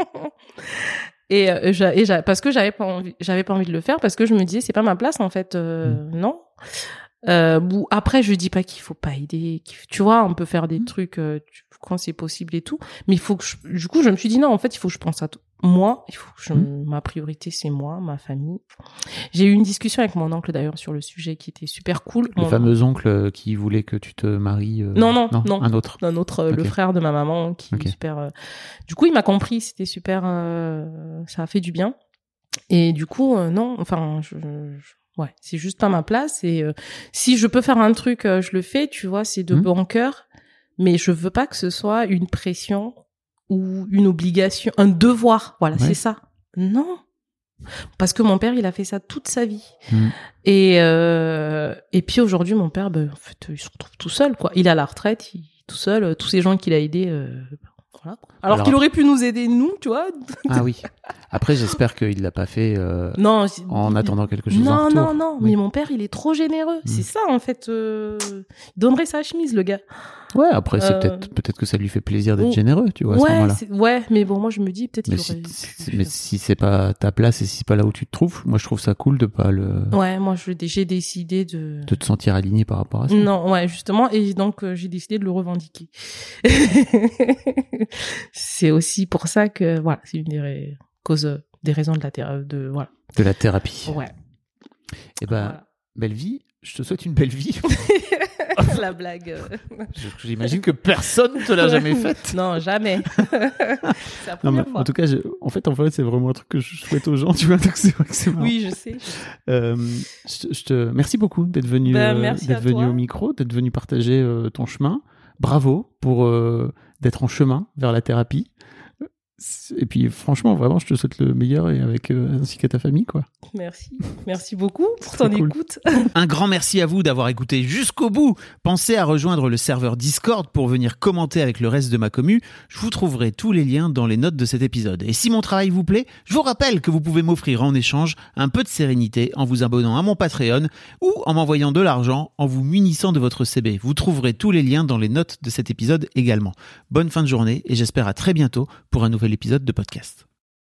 Et, euh, j'a, et j'a, parce que j'avais pas envie, j'avais pas envie de le faire, parce que je me disais c'est pas ma place en fait, euh, mmh. non. Euh, bon, après je dis pas qu'il faut pas aider, qu'il, tu vois, on peut faire des mmh. trucs euh, tu, quand c'est possible et tout, mais il faut que je, du coup je me suis dit non en fait il faut que je pense à tout. Moi, il faut que je, mmh. ma priorité c'est moi, ma famille. J'ai eu une discussion avec mon oncle d'ailleurs sur le sujet qui était super cool. Le mon fameux oncle qui voulait que tu te maries. Euh... Non, non, non, non, un autre. Un autre, okay. Le frère de ma maman qui okay. est super. Euh... Du coup, il m'a compris, c'était super. Euh... Ça a fait du bien. Et du coup, euh, non, enfin, je, je... ouais, c'est juste pas ma place. Et euh, si je peux faire un truc, euh, je le fais. Tu vois, c'est de mmh. bon cœur, mais je veux pas que ce soit une pression. Ou une obligation, un devoir, voilà, ouais. c'est ça. Non, parce que mon père, il a fait ça toute sa vie. Mmh. Et euh, et puis aujourd'hui, mon père, ben, en fait, il se retrouve tout seul, quoi. Il est à la retraite, il, tout seul. Tous ces gens qu'il a aidés, euh, voilà. Alors, Alors qu'il aurait pu nous aider, nous, tu vois. Ah oui. Après, j'espère qu'il l'a pas fait euh, non, en attendant quelque chose non, en retour. Non, non, non. Oui. Mais mon père, il est trop généreux. Mmh. C'est ça, en fait. Euh... Il donnerait sa chemise, le gars. Ouais, après, c'est euh... peut-être, peut-être que ça lui fait plaisir d'être généreux, tu vois, à ouais, ce moment-là. C'est... Ouais, mais bon, moi, je me dis, peut-être mais qu'il aurait... Si, mais si c'est pas ta place et si c'est pas là où tu te trouves, moi, je trouve ça cool de pas le... Ouais, moi, je, j'ai décidé de... De te sentir aligné par rapport à ça. Non, ouais, justement, et donc, euh, j'ai décidé de le revendiquer. C'est aussi pour ça que, voilà, c'est une des causes, des raisons de la thérapie, de, voilà. De la thérapie. Ouais. Et ben, voilà. Belle vie, je te souhaite une belle vie. La blague. J'imagine que personne ne te l'a jamais faite. Non, jamais. C'est la première non, fois. En tout cas, je, en fait, en fait, c'est vraiment un truc que je souhaite aux gens, tu vois. Donc c'est vrai que c'est marrant. Oui, je sais. Je, sais. Euh, je, je te merci beaucoup d'être venu, ben, euh, d'être venu toi. Au micro, d'être venu partager euh, ton chemin. Bravo pour euh, d'être en chemin vers la thérapie. Et puis franchement, vraiment, je te souhaite le meilleur et avec euh, ainsi qu'à ta famille, quoi. Merci. Merci beaucoup pour ton cool. écoute. Un grand merci à vous d'avoir écouté jusqu'au bout. Pensez à rejoindre le serveur Discord pour venir commenter avec le reste de ma commu. Je vous trouverai tous les liens dans les notes de cet épisode. Et si mon travail vous plaît, je vous rappelle que vous pouvez m'offrir en échange un peu de sérénité en vous abonnant à mon Patreon ou en m'envoyant de l'argent en vous munissant de votre C B. Vous trouverez tous les liens dans les notes de cet épisode également. Bonne fin de journée et j'espère à très bientôt pour un nouvel épisode de podcast.